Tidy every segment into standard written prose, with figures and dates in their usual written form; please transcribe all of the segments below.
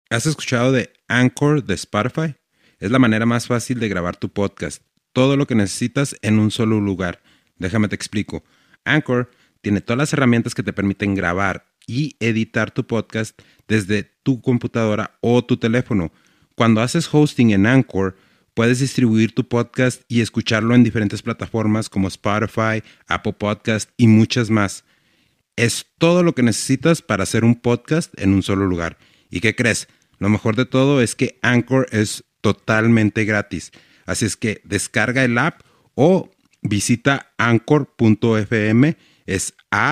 ¿Has escuchado de Anchor de Spotify? Es la manera más fácil de grabar tu podcast. Todo lo que necesitas en un solo lugar. Déjame te explico. Anchor tiene todas las herramientas que te permiten grabar y editar tu podcast desde tu computadora o tu teléfono. Cuando haces hosting en Anchor, puedes distribuir tu podcast y escucharlo en diferentes plataformas como Spotify, Apple Podcast y muchas más. Es todo lo que necesitas para hacer un podcast en un solo lugar. ¿Y qué crees? Lo mejor de todo es que Anchor es totalmente gratis. Así es que descarga el app o visita anchor.fm. Es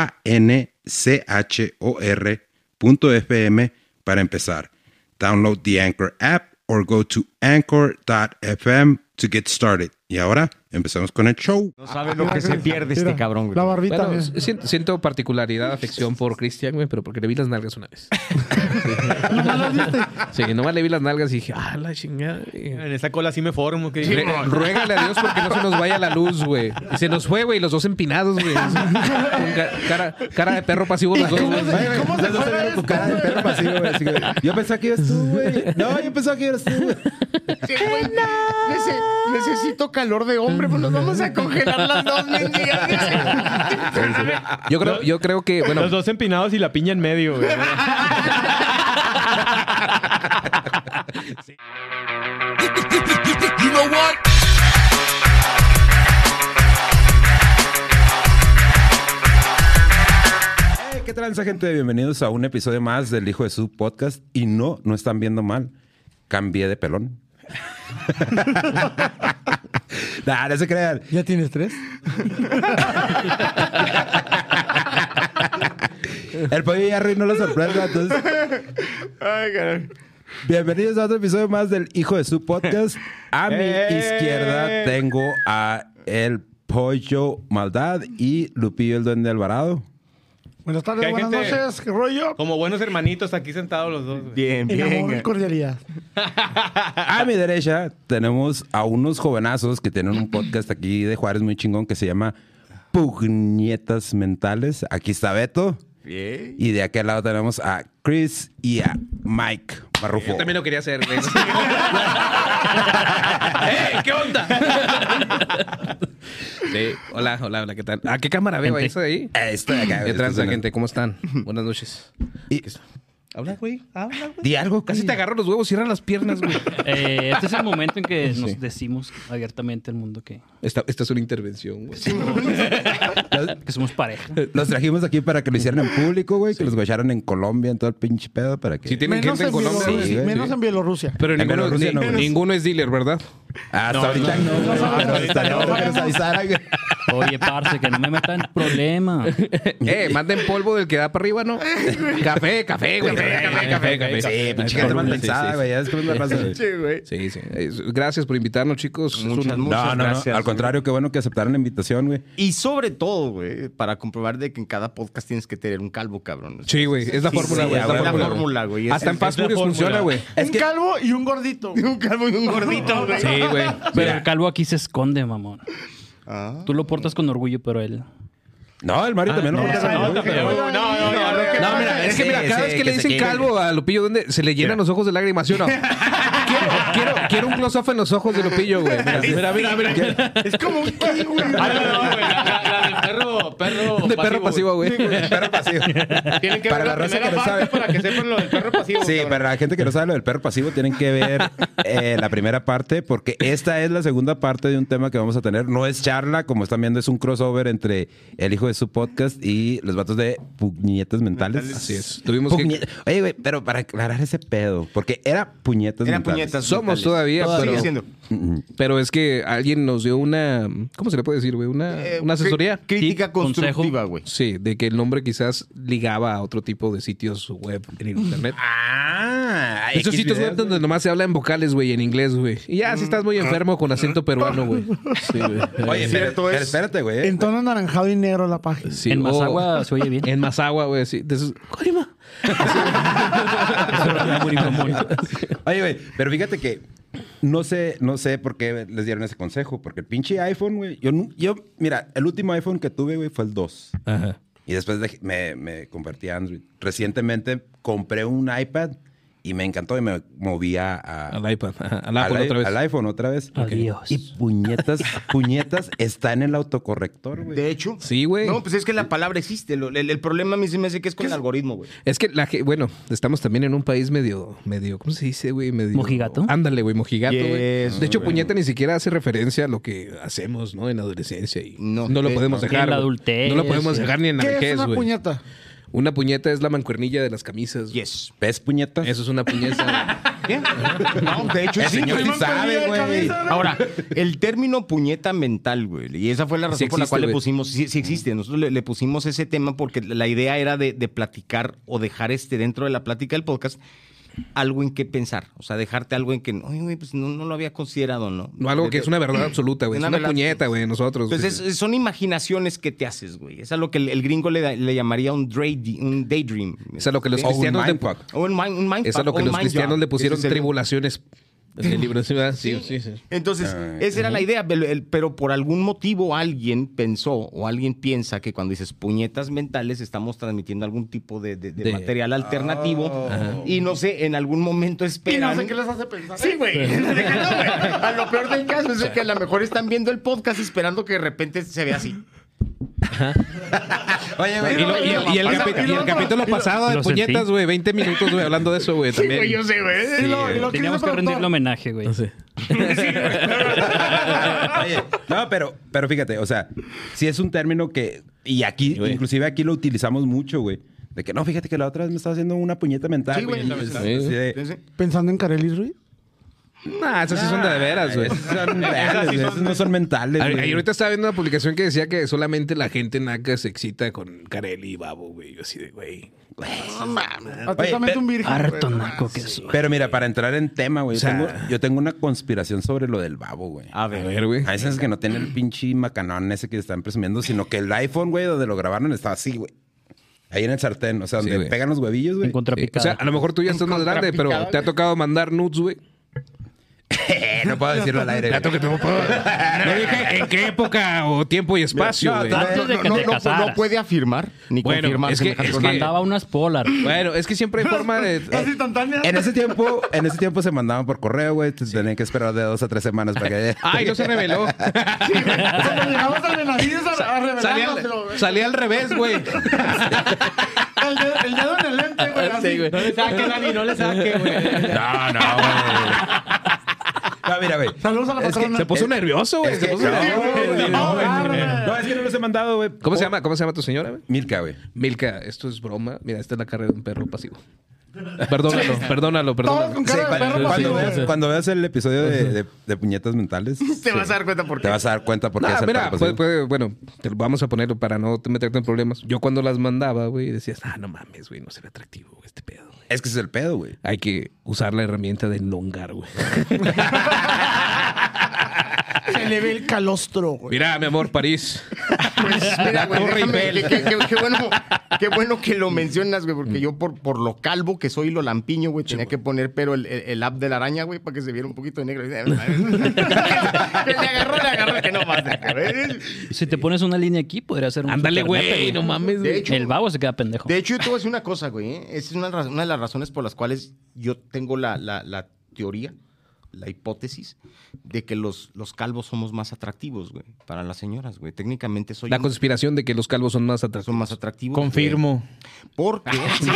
ANCHOR.fm para empezar. Download the Anchor app or go to anchor.fm to get started. Y ahora empezamos con el show. No sabe lo que se pierde Mira, este cabrón, güey. La barbita. Bueno, mira. siento particularidad, afección por Cristian, güey, pero porque le vi las nalgas una vez. ¿Nomás las viste? Sí, nomás le vi las nalgas y dije, la chingada. En esa cola sí me formo. Que Ruégale a Dios porque no se nos vaya la luz, güey. Y se nos fue, güey, los dos empinados, güey. Con cara de perro pasivo los dos, güey. ¿Cómo se juega Tu cara de perro pasivo, güey. Así que, yo pensaba que eras tú, güey. No, yo pensaba que eras tú, güey. Sí, güey. Necesito calor de hombre, pues nos vamos a congelar las dos mendigas. Yo creo que, bueno, Los dos empinados y la piña en medio, güey. You know what? Hey, ¿qué tranza, gente? Bienvenidos a un episodio más del Hijo de Su podcast. Y no están viendo mal. Cambié de pelón. Nah, no se crean. ¿Ya tienes 3? El pollo ya arruinó la sorpresa, entonces... Ay, caray. Bienvenidos a otro episodio más del Hijo de Su podcast. A mi izquierda tengo a el Pollo Maldad y Lupillo el Duende Alvarado. Buenas tardes, ¿Qué hay, buenas gente? noches. ¿Qué rollo? Como buenos hermanitos aquí sentados los dos, güey. Bien, En amor y bien. cordialidad. A mi derecha tenemos a unos jovenazos que tienen un podcast aquí de Juárez muy chingón que se llama Puñetas Mentales. Aquí está Beto. Bien. Y de aquel lado tenemos a Chris y a Mike Barrufo. yo también lo quería hacer, güey. ¿Qué onda? Sí, hola, ¿qué tal? ¿A qué cámara veo eso de ahí? Estoy acá. ¿Qué tranza, gente? ¿Cómo están? Buenas noches. Y- Habla, güey. Di algo, Casi güey. te agarro los huevos, cierran las piernas, güey. Este es el momento en que nos decimos abiertamente al mundo que Esta es una intervención, güey. somos pareja. Los trajimos aquí para que lo hicieran en público, güey. Que los guacharan en Colombia, en todo el pinche pedo. Para que... Si tienen Menos gente en en Colombia. Bielorrusia. sí, Menos en Bielorrusia. Pero En ninguno, Bielorrusia no, güey. ninguno es dealer, ¿verdad? Hasta ahorita no. Pero estaría bueno que nos avisaran, güey. Oye, parce, que no me metan en problema. Manden polvo del que da para arriba, ¿no? Café, güey. Café. Sí, pinche gente mal pensada, güey. Ya es como una raza, güey. Sí, güey. Sí. Gracias por invitarnos, chicos. Muchas No, gracias. al contrario, qué bueno que aceptaron la invitación, güey. Y sobre todo, güey, para comprobar de que en cada podcast tienes que tener un calvo, cabrón. Sí, güey. Es la fórmula, Sí, güey. es la fórmula, güey. Hasta en Fast Furious funciona, güey. Un calvo y un gordito. Un calvo y un gordito, güey. Sí, güey. Pero el calvo aquí se esconde, mamón. Ah. Tú lo portas con orgullo, pero él... No, el Mario también lo porta con orgullo. No, mira, es que mira, cada vez que le dicen calvo a Lupillo, ¿dónde se le llenan los ojos de lágrimas, ¿sí o no? Quiero un close-up en los ojos de Lupillo, güey. Mira. Es como un kiwi, güey. La del perro De perro pasivo, güey. Perro pasivo. Tienen que Para ver la la raza primera que no parte sabe. para que sepan lo del perro pasivo. Sí, cabrón. para la gente que no sabe lo del perro pasivo, tienen que ver la primera parte, porque esta es la segunda parte de un tema que vamos a tener. No es charla, como están viendo, es un crossover entre el Hijo de Su podcast y los vatos de Puñetas Mentales. Así es. Tuvimos que... Oye, güey, pero para aclarar ese pedo, porque era Puñetas Eran Mentales. puñetas. Somos todavía, Sigue pero... siendo. Pero es que alguien nos dio una... ¿Cómo se le puede decir, güey? Una asesoría. Crítica Sí, consejo. constructiva, güey. Sí, de que el nombre quizás ligaba a otro tipo de sitios web en internet. Ah, Esos X sitios web videos, donde nomás se habla en vocales, güey, en inglés, güey. Y ya, si estás muy enfermo con acento peruano, güey. Sí, güey. Oye, pero espérate, güey. En tono anaranjado y negro la página. Sí, en o- Mazagua se oye bien. En Mazagua, güey, sí. De esos... ¡Corima! Oye, güey, pero fíjate que no sé por qué les dieron ese consejo, porque el pinche iPhone, güey, mira, el último iPhone que tuve, güey, fue el 2. Ajá. Y después me convertí a Android. Recientemente compré un iPad y me encantó y me moví Al iPad. Al iPhone otra vez. Al iPhone otra vez. Adiós. Y puñetas está en el autocorrector, güey. De hecho. Sí, güey. No, pues es que la palabra existe. El problema a mí se me hace que es con el algoritmo, güey. Es que bueno, estamos también en un país medio, ¿cómo se dice, güey? Medio... ¿Mojigato? Ándale, güey, mojigato, güey. Yes, De hecho, güey. puñeta ni siquiera hace referencia a lo que hacemos, ¿no? En la adolescencia y No. no lo podemos No. dejar. En la güey. adultez, No lo podemos sí. dejar ni en la ¿Qué es vejez, una güey. puñeta? Una puñeta es la mancuernilla de las camisas. Yes. ¿Ves puñetas? Eso es una puñeta. ¿Qué? No, de hecho, El sí, señor güey. sí sabe, güey. Ahora, el término puñeta mental, güey, y esa fue la razón Sí por la existe, cual le güey. pusimos, sí existe, nosotros le pusimos ese tema porque la idea era de platicar o dejar dentro de la plática del podcast algo en qué pensar, o sea, dejarte algo en que, oye, güey, pues no lo había considerado, ¿no? No, algo que es una verdad absoluta, güey. Es Una una verdad- puñeta, güey, nosotros. Pues güey. son imaginaciones que te haces, güey. Es a lo que el gringo le llamaría un daydream. Es a lo que los ¿Sí? cristianos... mindfuck. O un mind Es a lo que o un los mind cristianos job. le pusieron Ese es el- tribulaciones en el libro. ¿Sí, verdad? Sí. Entonces, esa era la idea, pero por algún motivo alguien pensó o alguien piensa que cuando dices puñetas mentales estamos transmitiendo algún tipo de material alternativo y no sé, en algún momento Y esperan... no sé qué les hace pensar. Sí, güey. A lo peor del caso es que a lo mejor están viendo el podcast esperando que de repente se vea así. Oye, güey. Y el capítulo pasado de Lo sentí. puñetas, güey, 20 minutos, güey, hablando de eso, güey, también. Güey, yo sé, güey. Y lo Teníamos quiso que rendirle preguntar. homenaje, güey. Oye, no, pero fíjate, o sea, sí es un término que, y aquí, güey. inclusive aquí lo utilizamos mucho, güey. De que no, fíjate que la otra vez me estaba haciendo una puñeta mental. Sí, güey. Así Sí. de- Sí, sí. Pensando en Kareli Ruiz. Nah, esas sí son de veras, güey. Esos son reales, güey, esos no son mentales, Ay, güey. ahorita estaba viendo una publicación que decía que solamente la gente naca se excita con Carelli y Babo, güey. Yo así de, güey. Atentamente pero- un virgen. Harto güey. naco que soy. Pero mira, para entrar en tema, güey, O sea- yo tengo una conspiración sobre lo del babo, güey. A A ver. ver, güey. A veces que no tiene el pinche macanón ese que están presumiendo, sino que el iPhone, güey, donde lo grabaron estaba así, güey. Ahí en el sartén, o sea, donde güey. pegan los huevillos, güey. En Sí, contrapicada. o sea, a lo mejor tú ya estás más grande, pero contrapicada, te ha güey. tocado mandar nudes, güey. No puedo decirlo al aire. güey. No dije en qué época o tiempo y espacio, No, güey. Antes de que te casaras. No puede afirmar ni Bueno, confirmar. es que- semejante es cosa. que- Mandaba unas polar. Bueno, es que siempre hay forma de... Las instantáneas. En ese tiempo se mandaban por correo, güey. Tenían que esperar de 2 a 3 semanas para que... Ay, no se reveló. Cuando llegamos al Benavides a revelándoselo, güey. Salía al revés, güey. El dedo en el lente, güey. así. Sí, güey. No le saque, Dani, no le saque, güey. No, güey. No, mira, güey. Saludos a la Es que patrona. Se puso nervioso, güey. Es Se que- puso no, nervioso. güey, No, güey. agárrame. No, es que no los he mandado, güey. ¿Cómo se llama tu señora, güey? Milka, güey. Milka, esto es broma. Mira, esta es la carrera de un perro pasivo. Perdónalo. Todos con cara de perro pasivo, güey. Cuando veas el episodio de puñetas mentales, Te vas a dar cuenta por te qué. vas a dar cuenta por qué Nah, es el mira, perro pasivo. bueno, te lo vamos a poner para no te meterte en problemas. Yo cuando las mandaba, güey, decías, no mames, güey, no se ve atractivo este pedo, güey. Es que ese es el pedo, güey. Hay que usar la herramienta de elongar, güey. Se le ve el calostro, güey. Mira, mi amor, París. Pues, mira, La güey, Torre déjame- Eiffel. qué bueno que lo mencionas, güey, porque yo por lo calvo que soy, lo lampiño, güey, tenía que poner pero el app de la araña, güey, para que se viera un poquito de negro. le agarró, que no más. güey. Si te pones una línea aquí, podría ser un Ándale, supernepe, güey, no mames, De güey. hecho, El babo se queda pendejo. De hecho, yo te voy a decir una cosa, güey. Esa es una de las razones por las cuales yo tengo la teoría, la hipótesis de que los calvos somos más atractivos, güey, para las señoras, güey. Técnicamente La conspiración de que los calvos son más son atractivos. más atractivos. Confirmo. güey. Porque sí,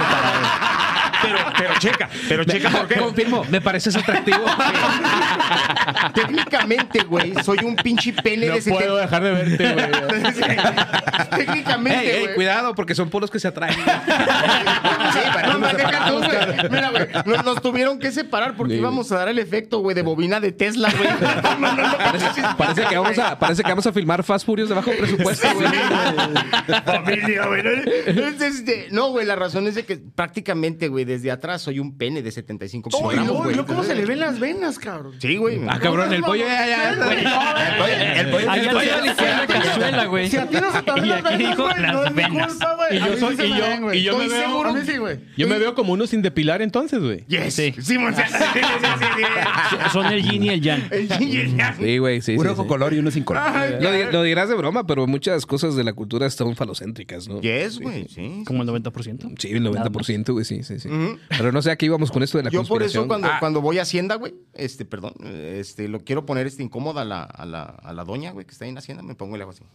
pero checa por qué. Confirmo, me pareces atractivo. Técnicamente, güey, soy un pinche pene No de puedo dejar de verte, güey. Técnicamente, güey. cuidado, porque son polos que se atraen. Sí, pero no, deja tú, güey. Mira, güey, nos tuvieron que separar porque íbamos a dar el efecto, güey, de bobina de Tesla, güey. Parece que vamos a filmar Fast Furious de bajo presupuesto, güey. Familia, güey. No, güey, la razón es de que prácticamente, güey, desde atrás soy un pene de 75 Oh, y kilogramos, luego, güey. ¿cómo se le ven las venas, cabrón? Sí, güey. Ah, cabrón, el pollo ya. El pollo- Allá el se pollo- le fue la cazuela, güey. Si a ti no se te ven Y las aquí venas, dijo güey, no las es mi venas. culpa, güey. Y A yo mí soy- sí se y me yo- ven, güey. y yo me Estoy veo- seguro. A mí sí, güey. Yo me veo como uno sin depilar entonces, güey. Yes. Sí. Sí, mon- sí, sí, sí. Son el yin y el yang. Sí, güey, sí. Uno sí, con sí. color y uno sin color. Lo dirás de broma, pero muchas cosas de la cultura están falocéntricas, ¿no? Yes, güey, sí. Como el 90%. Sí, el 90%, güey, sí. Pero no sé a qué íbamos con esto de la Yo por eso conspiración. cuando voy a Hacienda, güey, perdón, lo quiero poner incómoda a la doña, güey, que está ahí en Hacienda, me pongo y le hago así.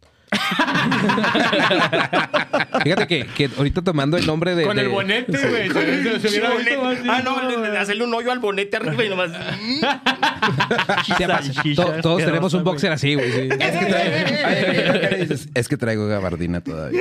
Fíjate que ahorita tomando el nombre de... Con el bonete, güey. Se hubiera visto más bien, Hacerle un hoyo al bonete arriba y nomás... Todos tenemos un boxer así, güey. Sí. Es que traigo gabardina todavía.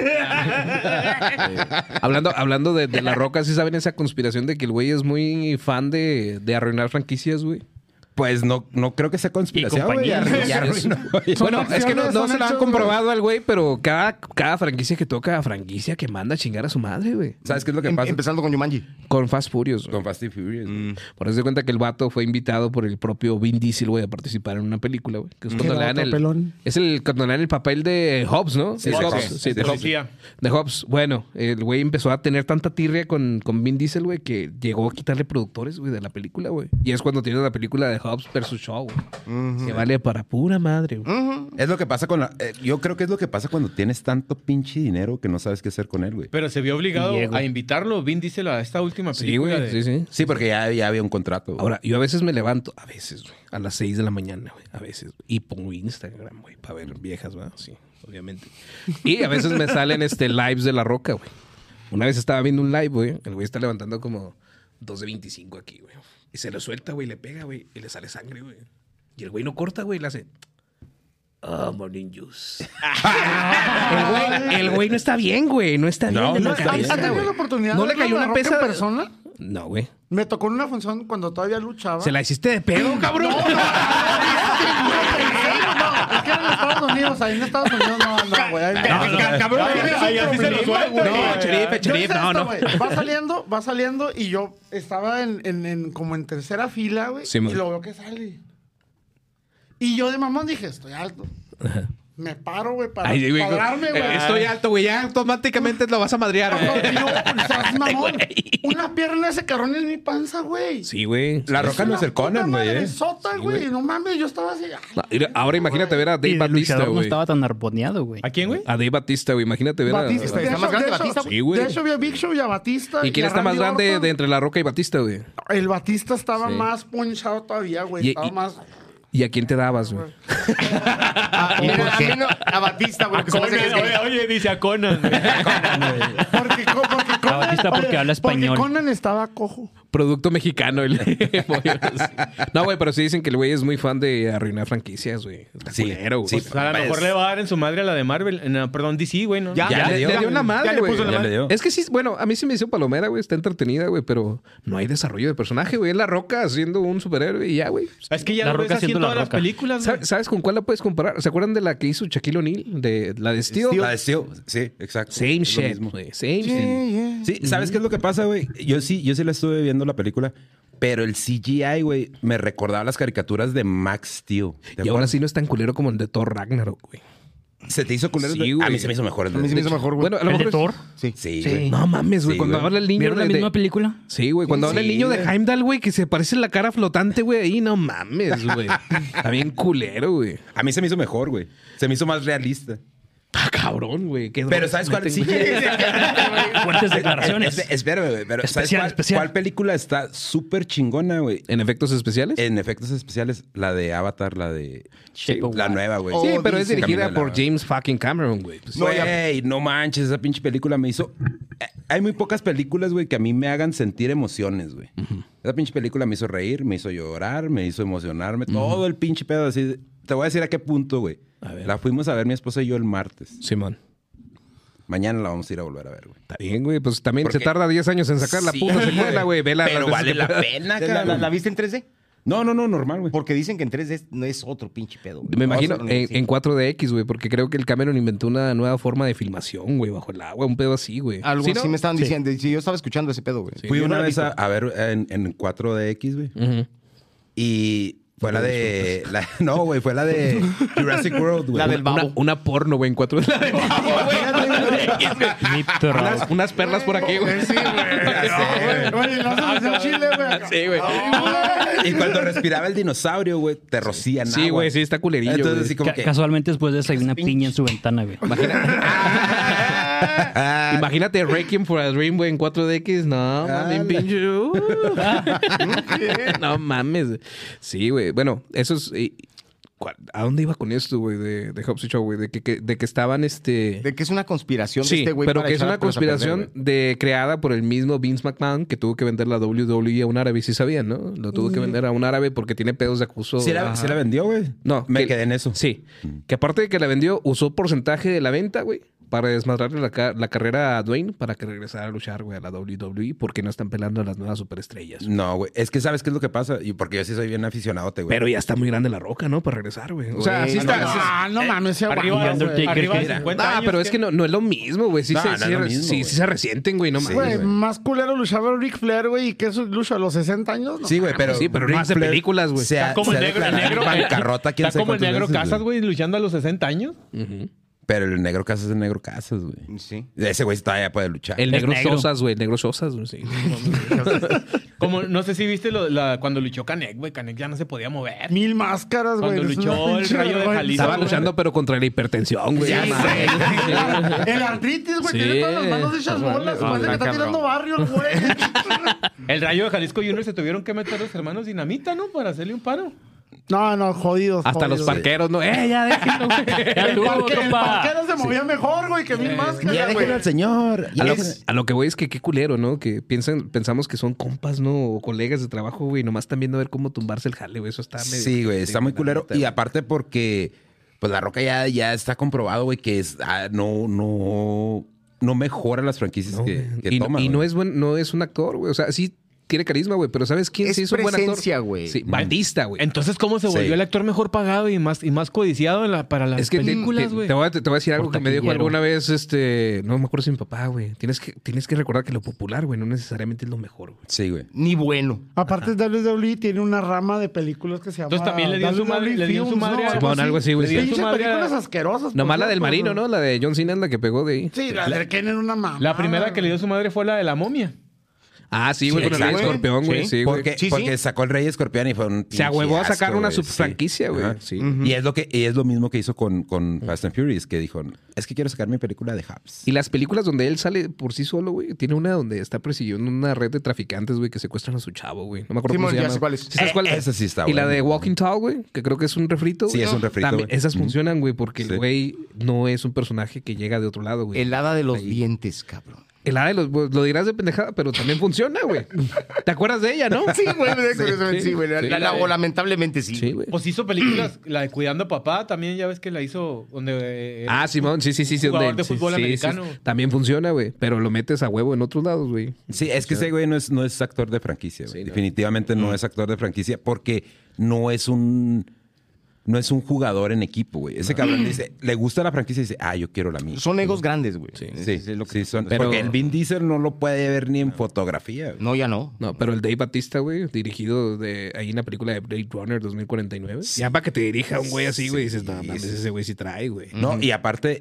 Hablando de La Roca, ¿sí saben esa conspiración de que el güey es muy fan de arruinar franquicias, güey? Pues no creo que sea conspiración, güey. Bueno, es que no son se lo han hechos, comprobado al güey, pero cada franquicia que toca, franquicia que manda a chingar a su madre, güey. ¿Sabes qué es lo que pasa? Empezando con Jumanji. Con Fast Furious, güey. Con Fast and Furious. Por eso se cuenta que el vato fue invitado por el propio Vin Diesel, güey, a participar en una película, güey. Que es cuando le dan cuando le dan el papel de Hobbs, ¿no? Sí, Es de Hobbs. Hobbs. Sí, de Hobbs. Policía. De Hobbs. Bueno, el güey empezó a tener tanta tirria con Vin Diesel, güey, que llegó a quitarle productores, güey, de la película, güey. Y es cuando tiene la película de Hobbs versus Shaw, güey. Que vale para pura madre, güey. Es lo que pasa yo creo que es lo que pasa cuando tienes tanto pinche dinero que no sabes qué hacer con él, güey. Pero se vio obligado Diego. a invitarlo, Vin Diesel, a esta última Sí, película. güey. Sí. Sí, porque ya había un contrato, güey. Ahora, yo a veces me levanto, a veces, güey, a las 6 de la mañana, güey, a veces, y pongo Instagram, güey, para ver viejas, ¿verdad? Sí, obviamente. Y a veces me salen lives de La Roca, güey. Una vez estaba viendo un live, güey, el güey está levantando como 2 de 25 aquí, güey. Y se lo suelta, güey, le pega, güey, y le sale sangre, güey. Y el güey no corta, güey, le hace... morning juice. el güey no está bien, güey. No está bien de la ¿Has cabeza, tenido güey. la oportunidad ¿No de le ver cayó a La una Roca pesa en persona? No, güey. Me tocó en una función cuando todavía luchaba. ¿Se la hiciste de pedo, cabrón? No, es que era en Estados Unidos, ahí en Estados Unidos no, güey. Cabrón, ahí así se lo suelta, güey. No, Cherife, Yo hice no, esto, no. güey. Va saliendo y yo estaba como en tercera fila, güey. Sí, y man. lo veo que sale. Y yo de mamón dije, estoy alto. Me paro, güey, para Ay, güey, cuadrarme, güey. estoy alto, güey. Ya automáticamente lo vas a madrear, güey. Yo, mamón, una pierna de ese cabrón en mi panza, güey. Sí, güey. La Roca no es el Conan, güey. Sota, güey. No mames, yo estaba así. No, mira, ahora imagínate ver a Y Dave el Batista, luchador no güey. estaba tan arponeado, güey. ¿A quién, güey? A Dave Batista, güey. Imagínate ver Batista. a... ¿Está más grande Batista? Sí, güey. De hecho, vi a Big Show y a Batista. ¿Y quién a está más Randy grande Orton. de entre La Roca y Batista, güey? El Batista estaba Sí. más ponchado todavía, güey. Y- Estaba y- más... ¿Y a quién te dabas, güey? A Batista, güey. que se me hace que es gay. Oye, dice a Conan. güey. Porque Conan... Batista porque habla español. Porque Conan estaba cojo. Producto mexicano. No, güey, pero sí dicen que el güey es muy fan de arruinar franquicias, güey. Está Sí, culero, güey. sí. O sea, a lo mejor le va a dar en su madre a la de Marvel. Perdón, DC, güey, ¿no? Ya. Ya le dio. Le dio una Ya madre, le güey. puso la Ya le dio. Es que sí, bueno, a mí sí me hizo palomera, güey. Está entretenida, güey, pero no hay desarrollo de personaje, güey. Es La Roca haciendo un superhéroe y ya, güey. Es que ya La lo ves Roca así en siendo La todas las Roca. películas, güey. ¿Sabes con cuál la puedes comparar? ¿Se acuerdan de la que hizo Shaquille O'Neal? De la de Steel. La de Steel. Sí, exacto. Same Es lo shit, mismo. güey. Same shit. Sí, ¿sabes qué es lo que pasa, güey? Yo sí la estuve viendo la película, pero el CGI, güey, me recordaba las caricaturas de Max Steel. Y ahora sí no es tan culero como el de Thor Ragnarok, güey. ¿Se te hizo culero? Sí, A güey. mí se me hizo mejor. A mí se me hizo mejor, güey. Bueno, a lo ¿El de mejor Thor? Sí. Sí, Sí. güey. No mames, güey. Sí, Cuando güey. habla el niño ¿Vieron la de- misma película? Sí, güey. Cuando habla el Sí, niño de güey. Heimdall, güey, que se parece la cara flotante, güey, ahí, no mames, güey. Está bien culero, güey. A mí se me hizo mejor, güey. Se me hizo más realista. Ah, cabrón, güey. qué Pero drogas ¿sabes cuál? meten, Sí, güey. Fuertes declaraciones. Espérame, güey. Pero ¿sabes Especial, cuál, especial. cuál película está súper chingona, güey? ¿En efectos especiales? En efectos especiales, la de Avatar, la de... Shape of La Water. nueva, güey. Sí, pero es Camino dirigida de la- por James fucking Cameron, güey. Pues, Güey, no manches, esa pinche película me hizo... Hay muy pocas películas, güey, que a mí me hagan sentir emociones, güey. Esa pinche película me hizo reír, me hizo llorar, me hizo emocionarme. Todo el pinche pedo así. Te voy a decir a qué punto, güey. A ver. La fuimos a ver mi esposa y yo el martes. Simón. Mañana la vamos a ir a volver a ver, güey. Está bien, güey. Pues también Porque- se tarda 10 años en sacar la Sí, puta güey. secuela, güey. Vela Pero las vale veces la que puedas. pena, ¿La, cabrón. la viste en 3D? No, normal, güey. Porque dicen que en 3D no es otro pinche pedo, güey. Me imagino No, sí. en 4DX, güey, porque creo que el Cameron inventó una nueva forma de filmación, güey, bajo el agua, un pedo así, güey. Algo ¿Sí, así no? me estaban diciendo. Sí, yo estaba escuchando ese pedo, güey. Fui Yo una no la he vez visto. a ver en 4DX, güey. Ujú. Y fue la de... no, güey, fue la de Jurassic World, güey. La del babo. Una porno, güey, en 4 unas perlas por aquí, güey. Sí, güey. Oye, no se me chile, güey. Sí, güey. Y cuando respiraba el dinosaurio, güey, te rocían Sí, agua. güey, sí, está culerillo, Entonces, güey. así como que... Casualmente después de eso hay una piña en su ventana, güey. Imagínate Requiem for a Dream, güey, en 4DX. No, mames, pinche. No mames. Sí, güey. Bueno, eso es... ¿A dónde iba con esto, güey? De Hobbs y Shaw, güey. De que estaban, De que es una conspiración sí, de este güey. pero para que es echar una a todos a conspiración creada por el mismo Vince McMahon, que tuvo que vender la WWE a un árabe. Sí sabían, ¿no? Lo tuvo que vender a un árabe porque tiene pedos de acuso. ¿Sí la vendió, güey? No. Me quedé en eso. Sí. Que aparte de que la vendió, usó porcentaje de la venta, güey, para desmadrarle la carrera a Dwayne para que regresara a luchar, güey, a la WWE, porque no están pelando a las nuevas superestrellas. No, güey. Es que ¿sabes qué es lo que pasa? Y porque yo sí soy bien aficionado, güey. Pero ya está muy grande la roca, ¿no? Para regresar, güey. O sea, Güey, sí está... No mames, se Arriba, aguanta, güey. arriba de 50 años. pero es que no es lo mismo, güey. Sí, No, se, no es sí, lo mismo, sí, güey. sí se resienten, güey. No mames. Güey, güey. más culero luchaba Ric Flair, güey, y que eso lucha a los 60 años. No. Sí, güey, pero... Sí, pero no Ric hace Flair películas, güey. se ha- Está como se el ha negro, declarado en bancarrota, quién está sabe como el cuántas negro veces, Casas, güey, luchando a los 60 años. Pero el negro Casas es el negro Casas, güey. Sí. Ese güey todavía puede luchar. El negro negro. Sosas, güey. El negro Sosas, güey. Sí. Como, no sé si viste cuando luchó Canek, güey. Canek ya no se podía mover. 1000 máscaras, güey. Cuando Es una luchó el pinche Rayo de vergüenza, Jalisco, Estaba güey. luchando, pero contra la hipertensión, güey. Sí, Ya, güey. El artritis, güey. Sí. Tiene todas las manos hechas bolas. No, Parece que está está tirando cabrón. barrio el güey. El Rayo de Jalisco Junior se tuvieron que meter los hermanos Dinamita, ¿no? Para hacerle un paro. No, jodidos. Hasta los jodidos. parqueros, ¿no? Ya déjenlo, güey. Ya El estuvo, compa. parquero se movía mejor, güey, que 1000 máscaras, Ya güey. déjenlo al señor. A lo que voy es que qué culero, ¿no? Que pensamos que son compas, ¿no? O colegas de trabajo, güey. Nomás están viendo a ver cómo tumbarse el jale, güey. Eso está medio... Sí, güey, está muy culero. Y aparte porque, pues La Roca ya está comprobado, güey, que es no mejora las franquicias que toma. Y güey. no es un actor, güey. O sea, sí tiene carisma, güey. Pero ¿sabes quién Es sí es un buen actor? presencia, güey. Sí, Batista, güey. Entonces, ¿cómo se volvió Sí. el actor mejor pagado y más codiciado para las Es que películas, güey? te voy a decir algo Por que me dijo taquillero. alguna vez, no me acuerdo si mi papá, güey. Tienes que recordar que lo popular, güey, no necesariamente es lo mejor, güey. Sí, güey. Ni bueno. Aparte, WWE tiene una rama de películas que se llama. Entonces, también le dio su madre- le dio su Films, madre ¿no? a- Simón, algo así, güey. Le dio Sí. su Pinches madre a- películas asquerosas. Nomás por la del cierto, marino, güey. ¿no? La de John Cena es la que pegó de ahí. Sí, la de Ken era una mamá. La primera que le dio su madre fue la de la momia. Ah, sí, güey, Sí, con el Rey exacto. Escorpión, güey. Sí. Sí, güey. Porque sacó el Rey Escorpión y fue un Se ahuevó a pinche sacar asco, una güey, subfranquicia, güey. Ajá. Sí. Y es lo mismo que hizo con Fast and Furious, que dijo, es que quiero sacar mi película de Hobbs. Y las películas donde él sale por sí solo, güey, tiene una donde está persiguiendo una red de traficantes, güey, que secuestran a su chavo, güey. No me acuerdo Simón, cómo se ya llama. sé cuál es. ¿Sí sabes cuál? Esa sí está Y la buena. de Walking Tall, güey, que creo que es un refrito. Sí, güey. es un refrito, También, güey. esas Ujú. funcionan, güey, porque Sí. el güey no es un personaje que llega de otro lado, güey. El hada de los dientes, cabrón. El hada de los... pues, lo dirás de pendejada, pero también funciona, güey. ¿Te acuerdas de ella, no? Sí, güey, curiosamente, sí, güey. Sí. O lamentablemente sí. Sí, güey. Pues hizo películas, la de Cuidando a Papá, también ya ves que la hizo donde... Ah, Simón, sí. Jugador donde- de fútbol sí, americano. También funciona, güey. Pero lo metes a huevo en otros lados, güey. Sí, es que ese güey no es actor de franquicia, güey. Sí, no. Definitivamente no es actor de franquicia porque no es un jugador en equipo, güey. Ese cabrón dice, le gusta la franquicia y dice, yo quiero la mía. Son egos grandes, güey. Sí, Es lo que- Pero- porque el Vin Diesel no lo puede ver ni en fotografía. güey. No, ya no. No, pero el Dave Batista, güey, dirigido ahí en la película de Blade Runner 2049. Ya para que te dirija un güey así, güey, dices, no mames, ese güey sí trae, güey. No, y aparte,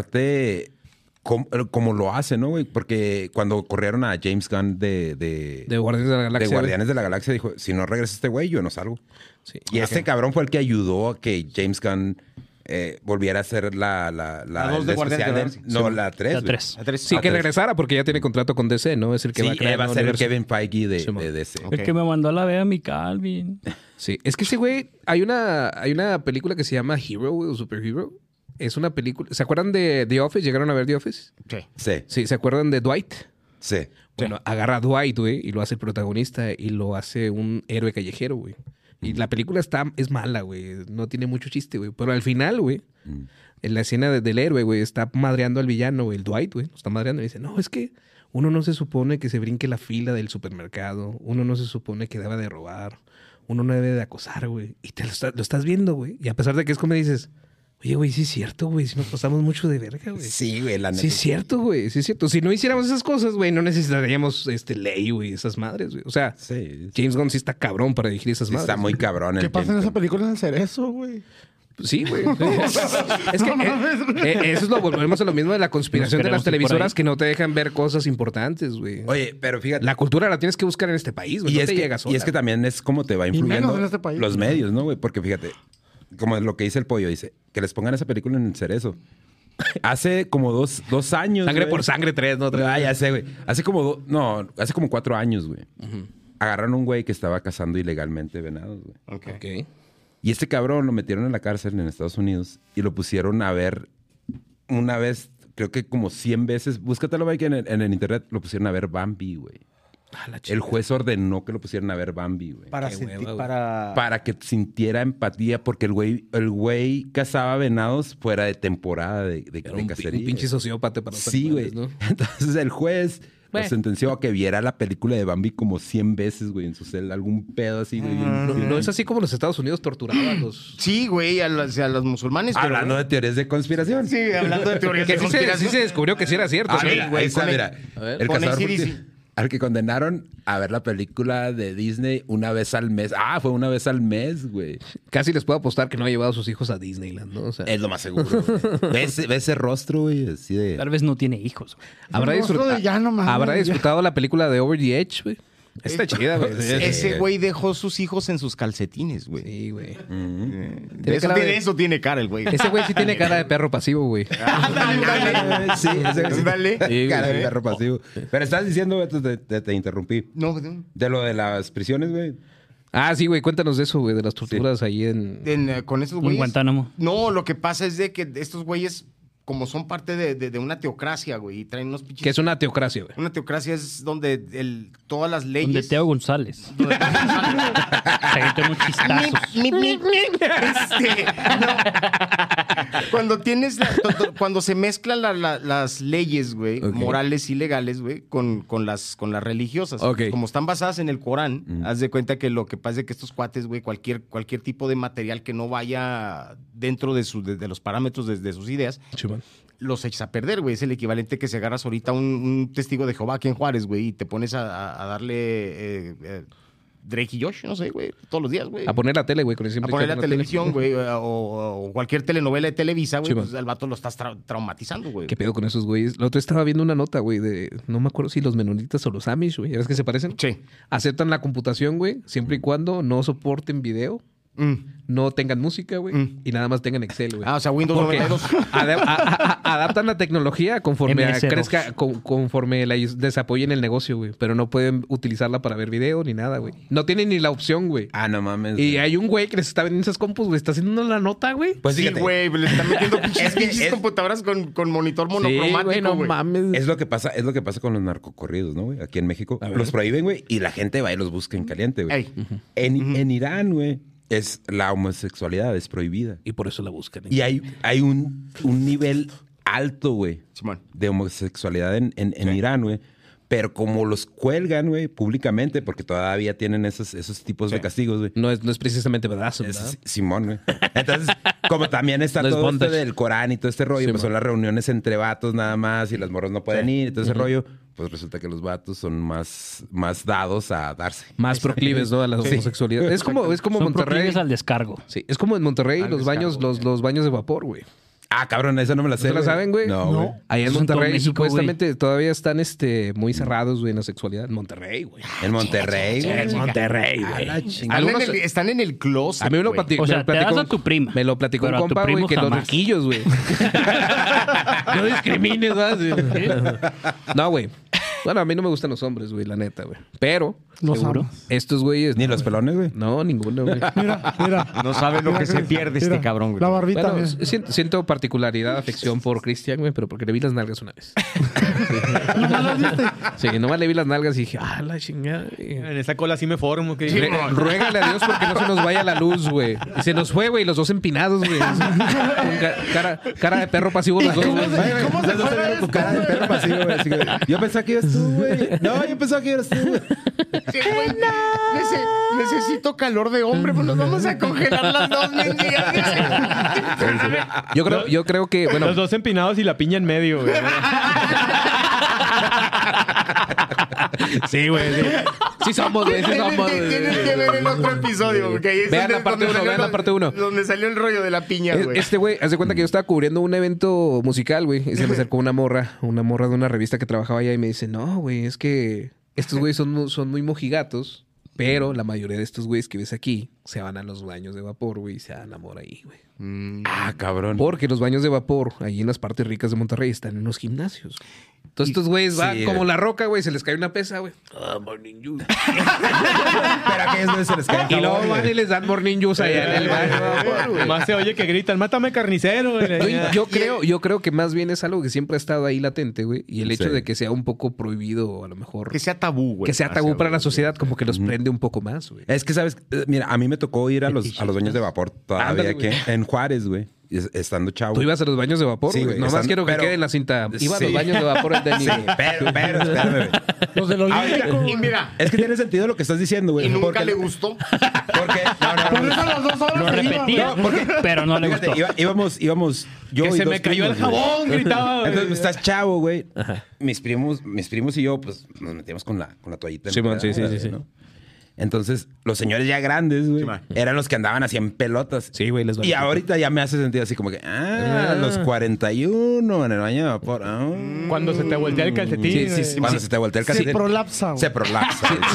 como lo hace, ¿no, güey? Porque cuando corrieron a James Gunn De Guardianes de la Galaxia. de Guardianes de la Galaxia, dijo, si no regresa este güey, yo no salgo. Sí. Y este cabrón fue el que ayudó a que James Gunn volviera a hacer la dos de el Guardianes de la especial Galaxia. no, la 3. La güey. 3. A tres. Sí, que regresara porque ya tiene contrato con DC, ¿no? Es el que Sí, va a crear va a el ser el universo. Kevin Feige de Simón. DC. Ok. El que me mandó a la vea mi Calvin. Sí, es que ese güey, hay una película que se llama Hero, güey, o Superhero. Es una película. ¿Se acuerdan de The Office? ¿Llegaron a ver The Office? Sí. Sí, Sí, ¿se acuerdan de Dwight? sí. Bueno, agarra a Dwight, güey, y lo hace el protagonista y lo hace un héroe callejero, güey. Y la película es mala, güey. No tiene mucho chiste, güey. Pero al final, güey, en la escena del héroe, güey, está madreando al villano, güey, el Dwight, güey. Lo está madreando y dice, no, es que uno no se supone que se brinque la fila del supermercado. Uno no se supone que deba de robar. Uno no debe de acosar, güey. Y te lo estás viendo, güey. Y a pesar de que es como dices, oye, güey, sí es cierto, güey. Si nos pasamos mucho de verga, güey. Sí, güey, la neta. Sí es cierto, güey. Sí es cierto. Si no hiciéramos esas cosas, güey, no necesitaríamos ley, güey, esas madres, güey. O sea, Sí. James Gunn sí está cabrón para dirigir esas Sí, madres. está muy cabrón. ¿Qué el pasa en James esa Gunn. película en el cerezo, güey? Sí, güey. Es que No mames, güey. eso es lo volvemos a lo mismo de la conspiración Nos de las queremos ir por televisoras ahí. que no te dejan ver cosas importantes, güey. Oye, pero fíjate. La cultura la tienes que buscar en este país, güey. Y, No es te que, llega sola. y es que también es como te va menos influyendo en este país. los medios, ¿no, güey? Porque fíjate, como lo que dice el pollo, dice, que les pongan esa película en el cerezo. Hace como dos años, Sangre güey. por sangre 3, ¿no? Ah, ya sé, güey. Hace como 4 años, güey. Agarraron a un güey que estaba cazando ilegalmente venados, güey. Ok. Y este cabrón lo metieron en la cárcel en Estados Unidos y lo pusieron a ver una vez, creo que como 100 veces. Búscatelo, güey, que en el internet lo pusieron a ver Bambi, güey. El juez ordenó que lo pusieran a ver Bambi, güey. Para que sintiera empatía, porque el güey cazaba venados fuera de temporada de cacería. Un pinche sociópata para los Sí, güey. animales, ¿no? Entonces el juez lo sentenció a que viera la película de Bambi como 100 veces, güey, en su celda. Algún pedo así, güey. No es así como los Estados Unidos torturaban a los... Sí, güey, a los musulmanes. pero- Hablando de teorías de conspiración. Sí, hablando de teorías de Que sí conspiración. se descubrió que sí era cierto. sí. Mira, güey, ahí está, con el- mira. A ver. El Con cazador AC/DC. al que condenaron a ver la película de Disney una vez al mes. Ah, fue una vez al mes, güey. Casi les puedo apostar que no ha llevado a sus hijos a Disneyland, ¿no? O sea, Es lo más seguro. güey. ¿Ves ese rostro, güey? Así de... Tal vez no tiene hijos. ¿habrá, El rostro de ya no mames, ¿habrá ya. disfrutado la película de Over the Edge, güey? Está chida, güey. Ese güey dejó sus hijos en sus calcetines, güey. Sí, güey. De eso tiene cara el güey. Ese güey sí tiene cara de perro pasivo, güey. Sí, Ándale. Cara de perro pasivo. Pero estás diciendo, güey, te interrumpí. No, De lo de las prisiones, güey. Ah, sí, güey. Cuéntanos de eso, güey. De las torturas ahí en... con estos En güeyes. Guantánamo. No, lo que pasa es de que estos güeyes, como son parte de una teocracia, güey, y traen unos pinches. Que es una teocracia, güey. Una teocracia es donde todas las leyes. Donde Teo González. Se avienta unos chistazos. Cuando tienes cuando se mezclan las leyes, güey, morales y legales, güey, con las religiosas. Ok. Como están basadas en el Corán, haz de cuenta que lo que pasa es que estos cuates, güey, cualquier tipo de material que no vaya dentro de los parámetros de sus ideas, Chimón. los echas a perder, güey. Es el equivalente que si agarras ahorita un testigo de Jehová aquí en Juárez, güey, y te pones a darle Drake y Josh, no sé, güey, todos los días, güey. A poner la tele, güey. Con el simple A poner la que ponga televisión, güey, o cualquier telenovela de Televisa, güey, Sí, pues man. al vato lo estás traumatizando, güey. ¿Qué pedo con esos güeyes? La otra vez estaba viendo una nota, güey, de... No me acuerdo si los menonitas o los Amish, güey. ¿Ya ves que se parecen? Sí. Aceptan la computación, güey, siempre y cuando no soporten video, no tengan música, güey, y nada más tengan Excel, güey. Ah, o sea, Windows Porque 92. adaptan la tecnología conforme MS2. crezca, conforme les apoyen el negocio, güey. Pero no pueden utilizarla para ver video ni nada, güey. No tienen ni la opción, güey. Ah, no mames. Y hay un güey que les está vendiendo esas compus, güey. Está haciendo la nota, güey. Pues Sí, fíjate, güey, le están metiendo pinches es- computadoras con monitor Sí, monocromático, güey, no güey. mames. es lo que pasa con los narcocorridos, ¿no, güey? Aquí en México. Los prohíben, güey, y la gente va y los busca en caliente, güey. Ey. En Irán, güey, la homosexualidad es prohibida. Y por eso la buscan. Y hay un nivel alto, güey, Simón. de homosexualidad en Irán, güey. Pero como los cuelgan, güey, públicamente, porque todavía tienen esos tipos de castigos, güey. No es precisamente pedazo, Es ¿verdad? Simón, güey. Entonces, como también está No es todo esto bondage. del Corán y todo este rollo, Sí, pues man. son las reuniones entre vatos nada más y las morras no pueden ir y todo ese rollo, pues resulta que los vatos son más dados a darse. Más proclives, ¿no? A la homosexualidad. Es como Son Monterrey. proclives al descargo. Sí, es como en Monterrey Al los baños, descargo, los baños de vapor, güey. Ah, cabrón, esa no me la sé. ¿No la saben, güey? No, güey. Allá en Eso en todo Monterrey México, supuestamente todavía están muy cerrados, güey, en la sexualidad. En Monterrey, güey. En Monterrey, güey. En Monterrey, A güey. la chingada. Están en el closet, A mí me lo güey. platicó. O sea, me te das platicó- a tu prima, Me lo platicó pero un a tu compa, güey, primo que los jamás. riquillos, güey. No discrimines, ¿verdad? No, güey. Bueno, a mí no me gustan los hombres, güey, la neta, güey. Pero Los ¿Seguro? amas. estos güeyes... Ni los pelones, güey. No, ninguno, güey. Mira. No sabe lo Mira, que se Chris. pierde Mira, este cabrón, güey. La barbita, Bueno, mira. siento particularidad, afección por Cristian, güey, pero porque le vi las nalgas una vez. Nomás las viste. Sí, nomás le vi las nalgas y dije, ah, la chingada. En esa cola sí me formo. Que... Ruégale a Dios porque no se nos vaya la luz, güey. Y se nos fue, güey, los dos empinados, güey. Con cara de perro pasivo los dos, güey. ¿Cómo se juega tu cara de perro pasivo, güey? Así que, yo pensaba que eras tú, güey. No, yo pensaba que eras tú, güey. Sí, güey. Necesito calor de hombre, pues nos vamos a congelar las dos mendigas. Yo creo que, bueno, Los dos empinados y la piña en medio, güey. sí, güey. Sí somos, güey, sí somos, güey. Tienes que ver el otro episodio, porque ahí es Vean donde- la parte donde uno, salió vean la lo- parte uno. Donde salió el rollo de la piña, güey. Este güey, haz de cuenta que yo estaba cubriendo un evento musical, güey, y se me acercó una morra de una revista que trabajaba allá y me dice, no, güey, es que estos güeyes son muy mojigatos, pero la mayoría de estos güeyes que ves aquí se van a los baños de vapor, güey, y se dan amor ahí, güey. Cabrón. Porque los baños de vapor, ahí en las partes ricas de Monterrey, están en los gimnasios. Entonces estos güeyes van como la roca, güey, se les cae una pesa, güey. Morning juice. Pero que eso se les cae. Y luego van y les dan morning juice allá en el baño. Más se oye que gritan, mátame carnicero. Yo creo que más bien es algo que siempre ha estado ahí latente, güey. Y el hecho de que sea un poco prohibido, a lo mejor. Que sea tabú, güey. Que sea tabú para la sociedad, como que los prende un poco más, güey. Es que, ¿sabes? Mira, a mí me tocó ir a los baños de vapor todavía Ándale, que en Juárez, güey. Estando chavo. ¿Tú ibas a los baños de vapor? Sí, güey. Nomás quiero que quede en la cinta. Iba a los baños de vapor el Denny. Sí, pero, espérame, güey. Los de los Y mira, Es que tiene sentido lo que estás diciendo, güey. y nunca porque le gustó. Porque, Por eso los 2 horas Lo se iban, repetía, güey. pero no le fíjate, gustó. íbamos yo Que y se dos me cayó el primos, güey. jabón, gritaba. güey. Entonces, estás chavo, güey. Mis primos y yo, pues, nos metíamos con la toallita. Sí, man, sí, empedada, sí. ¿no? Entonces, los señores ya grandes, güey, eran los que andaban así en pelotas. Sí, güey, les Y valía. ahorita ya me hace sentido así como que, los 41 en el baño de vapor. Cuando se te voltea el calcetín. Sí, Cuando se te voltea el calcetín. Se prolapsa, güey. Se prolapsa. güey.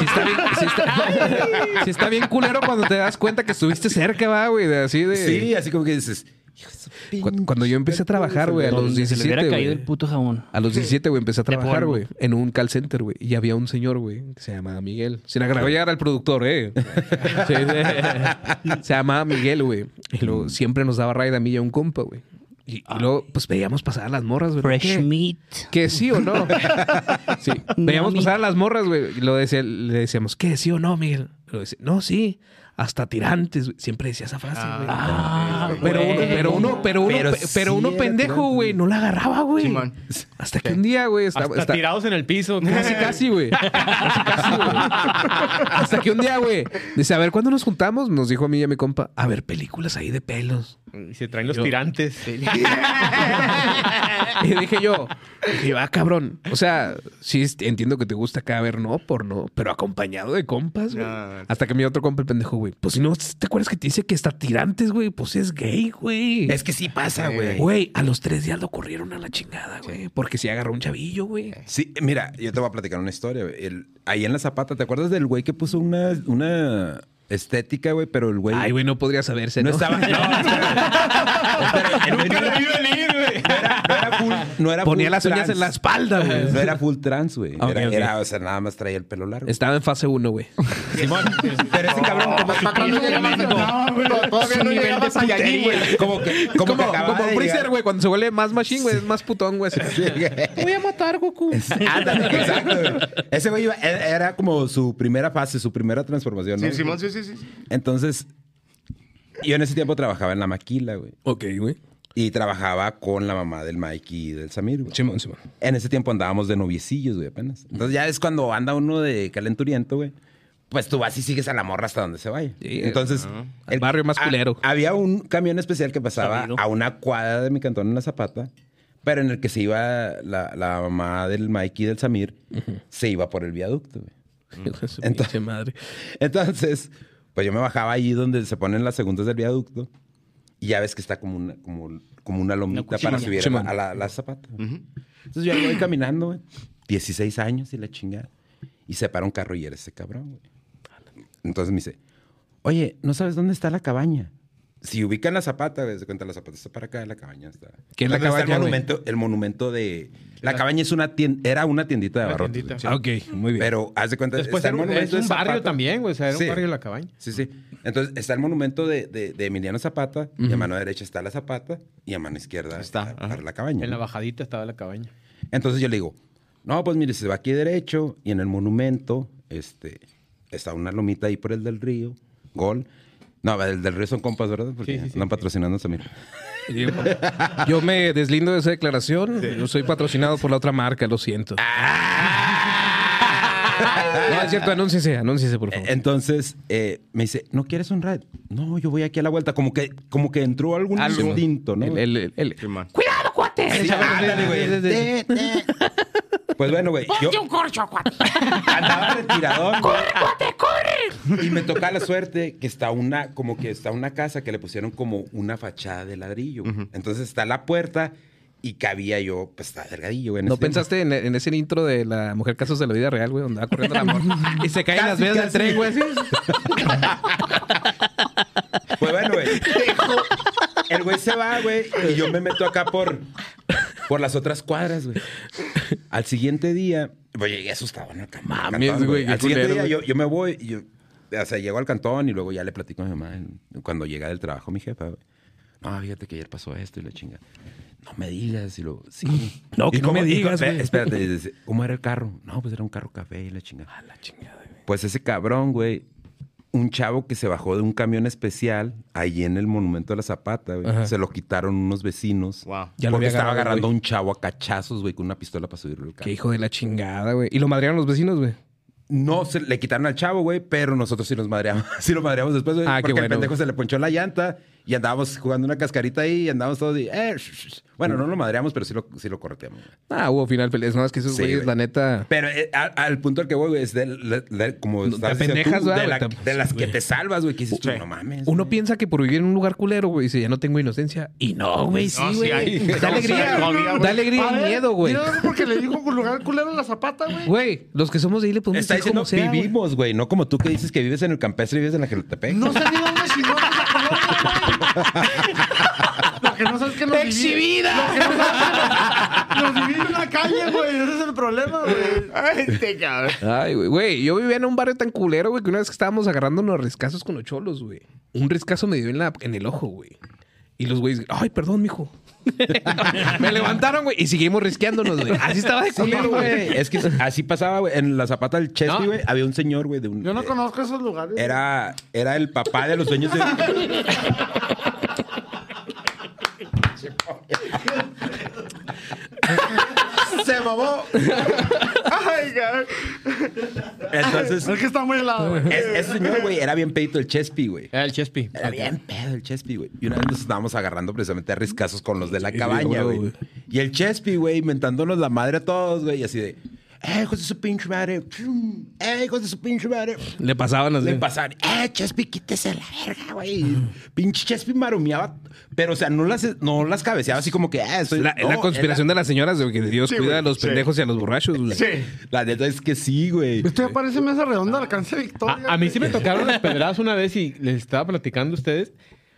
Sí está bien culero cuando te das cuenta que estuviste cerca, va, güey. Sí, así como que dices... "Hijo de su pinche Cuando yo empecé a trabajar, güey, a los Donde se le hubiera 17, caído el güey. puto jabón. A los 17, güey, empecé a trabajar, polvo. güey, en un call center, güey. Y había un señor, güey, que se llamaba Miguel. Sin agraviar al productor, Sí. Se llamaba Miguel, güey. Y luego siempre nos daba raid a mí y a un compa, güey. Y luego, pues, veíamos pasar a las morras, güey. Fresh meat. Que sí o no. Sí. Veíamos pasar a las morras, güey. Y le decíamos, ¿qué? ¿Sí o no, Miguel? Y luego decía, no, sí. Hasta tirantes, güey. Siempre decía esa frase, güey. Pero uno sí pendejo, güey, no la agarraba, güey. Sí, man. Hasta que un día, güey, Hasta tirados en el piso. Casi, güey. Casi, güey. Hasta que un día, güey, dice, a ver, ¿cuándo nos juntamos? Nos dijo a mí y a mi compa, a ver, películas ahí de pelos. Y se traen los tirantes. Y dije yo, cabrón. O sea, sí entiendo que te gusta acá ver porno, pero acompañado de compas, güey. Hasta que mi otro compa, el pendejo, güey. Pues si no, ¿te acuerdas que te dice que está tirantes, güey? Pues es gay, güey. Es que sí pasa, güey. Güey, a los 3 días lo corrieron a la chingada, güey. Porque se agarró un chavillo, güey. Sí, mira, yo te voy a platicar una historia, güey. Ahí en la Zapata, ¿te acuerdas del güey que puso una estética, güey? Pero el güey... Ay, güey, no podría saberse, no ¿no? estaba... No, espera, el güey Nunca lo vi venir, güey. no era Ponía full las uñas trans. en la espalda, güey. No era full trans, güey. Ok, ok. O sea, nada más traía el pelo largo. Estaba en fase 1, güey. Simón. Pero ese cabrón como Hasta cuando llegabas todavía no llegabas allá allí, güey. como que acaba Como de Freezer, llegar. güey, cuando se vuelve más machine, güey, es más putón, güey. Te voy a matar, Goku. Ándale, exacto, güey. Ese güey era como su primera fase, su primera transformación, ¿no? Sí, Simón, sí. Entonces, yo en ese tiempo trabajaba en la maquila, güey. Ok, güey. Y trabajaba con la mamá del Mikey y del Samir, güey. Simón. En ese tiempo andábamos de noviecillos, güey, apenas. Entonces ya es cuando anda uno de calenturiento, güey. Pues tú vas y sigues a la morra hasta donde se vaya. Sí, Entonces... al barrio más culero. Había un camión especial que pasaba Sabido. a una cuadra de mi cantón en La Zapata, pero en el que se iba la mamá del Mikey y del Samir, se iba por el viaducto, güey. Hijo de su Entonces- pinche madre. Entonces, pues yo me bajaba ahí donde se ponen las segundas del viaducto y ya ves que está como una lomita cuchilla. para subir Simón. a la Zapata. Entonces yo ahí voy caminando, güey, 16 años y la chingada. Y se para un carro y era ese cabrón, güey. Entonces me dice, oye, ¿no sabes dónde está la cabaña? Si ubican la Zapata, güey, se cuenta la Zapata está para acá, la cabaña está... ¿Qué es la ¿Dónde está cabaña, el monumento de... La cabaña es era una tiendita de Una abarrotes. tiendita. güey. Ok, muy bien. Pero haz de cuenta... Después está el era monumento es de un barrio Zapata. también, güey. O sea, era Sí. un barrio de la cabaña. Sí. Entonces está el monumento de Emiliano Zapata y a mano derecha está la Zapata y a mano izquierda está para la cabaña. En la ¿no? bajadita estaba la cabaña. Entonces yo le digo, no, pues mire, se va aquí derecho y en el monumento está una lomita ahí por el del río, gol. No, el del río son compas, ¿verdad? Porque Sí. andan patrocinando a Samir. Yo me deslindo de esa declaración. Yo soy patrocinado por la otra marca, lo siento. No, es cierto, anúnciese, por favor. Entonces me dice, ¿no quieres un ride? No, yo voy aquí a la vuelta. Como que entró algún instinto, ¿no? ¡Cuidado, cuate! Sí, ándale, güey. Pues bueno, güey. Yo un corcho, cuate. andaba retiradón. ¡Corre, cuate, corre! Y me toca la suerte que está una casa que le pusieron como una fachada de ladrillo. Entonces está la puerta y cabía yo, pues está delgadillo, güey. en ¿No ese tiempo. pensaste en ese intro de la mujer casos de la vida real, güey? Donde va corriendo la amor y se caen las Casi, vías del casi. tren, güey, así? se va, güey. Y yo me meto acá por las otras cuadras, güey. Al siguiente día, güey, llegué asustado en el cantón, güey. Al siguiente día yo me voy y o sea, llego al cantón y luego ya le platico a mi mamá cuando llega del trabajo mi jefa, güey. No, fíjate que ayer pasó esto y la chinga. No me digas. Y luego, sí. No, que no me digas, güey. Espérate, ¿cómo era el carro? No, pues era un carro café y la chingada. Ah, la chingada, güey. Pues ese cabrón, güey, un chavo que se bajó de un camión especial ahí en el Monumento de la Zapata, güey. Ajá. Se lo quitaron unos vecinos. Wow. Ya lo Porque había estaba agarrado, agarrando a güey. un chavo a cachazos, güey, con una pistola para subirlo al carro. Qué hijo de la chingada, güey. ¿Y lo madrearon los vecinos, güey? No, le quitaron al chavo, güey, pero nosotros sí nos madreamos. Sí lo madreamos después, güey. Ah, qué porque bueno, el pendejo güey. se le ponchó la llanta y andábamos jugando una cascarita ahí y andábamos todos y... Bueno, no lo madreamos, pero sí lo correteamos. Güey. Hubo final feliz. No, es que esos Sí, güeyes, güey. la neta... Pero al punto al que voy, güey, es como No, estabas te diciendo pendejas, tú, ¿verdad, güey? de las que Sí. te salvas, güey, que dices, tú, no mames. Uno güey. piensa que por vivir en un lugar culero, güey, dice, ya no tengo inocencia. Y no, güey, sí, No, sí güey. hay. Da alegría, No, sí hay, da alegría A y ver, miedo, güey. mira, porque le dijo con lugar culero a la Zapata, güey. Güey, los que somos de ahí le podemos Está decir diciendo, como sea, güey. vivimos, güey, no como tú que dices que vives en el campestre y vives en la Gelotepec. No sé ni dónde chingón es la colonia. Lo que no sabes es que los ¡Exhibida! Los viví en la calle, güey. Ese es el problema, güey. Ay, este cabrón. Ay, güey, yo vivía en un barrio tan culero, güey, que una vez que estábamos agarrando unos riscazos con los cholos, güey. Un riscazo me dio en el ojo, güey. Y los güeyes, ay, perdón, mijo. Me levantaron, güey, y seguimos risqueándonos, güey. Así estaba de culero, güey. Es que así pasaba, güey. En la Zapata del Chespi, No. güey, había un señor, güey, de un... Yo no conozco esos lugares. Era el papá de los dueños de... Se mamó. Ay, cabrón. Entonces, Es que está muy helado, güey. ese señor, güey, era bien pedito el Chespi, güey. Era el Chespi. Era bien pedo el Chespi, güey. Y una vez nos estábamos agarrando precisamente a riscazos con los de la Sí, cabaña, güey. güey. Y el Chespi, güey, inventándonos la madre a todos, güey. Y así de... hijos de su pinche madre! Hijos de su pinche madre! Le pasaban así. Le pasaban, Chespi, quítese la verga, güey. Pinche Chespi marumeaba. Pero, o sea, no las cabeceaba así como que, Es la conspiración de las señoras, de que Dios cuida a los pendejos y a los borrachos, güey. Sí. La neta es que sí, güey. Esto ya parece mesa redonda al alcance de Victoria. A mí sí me tocaron las pedradas una vez y les estaba platicando a ustedes.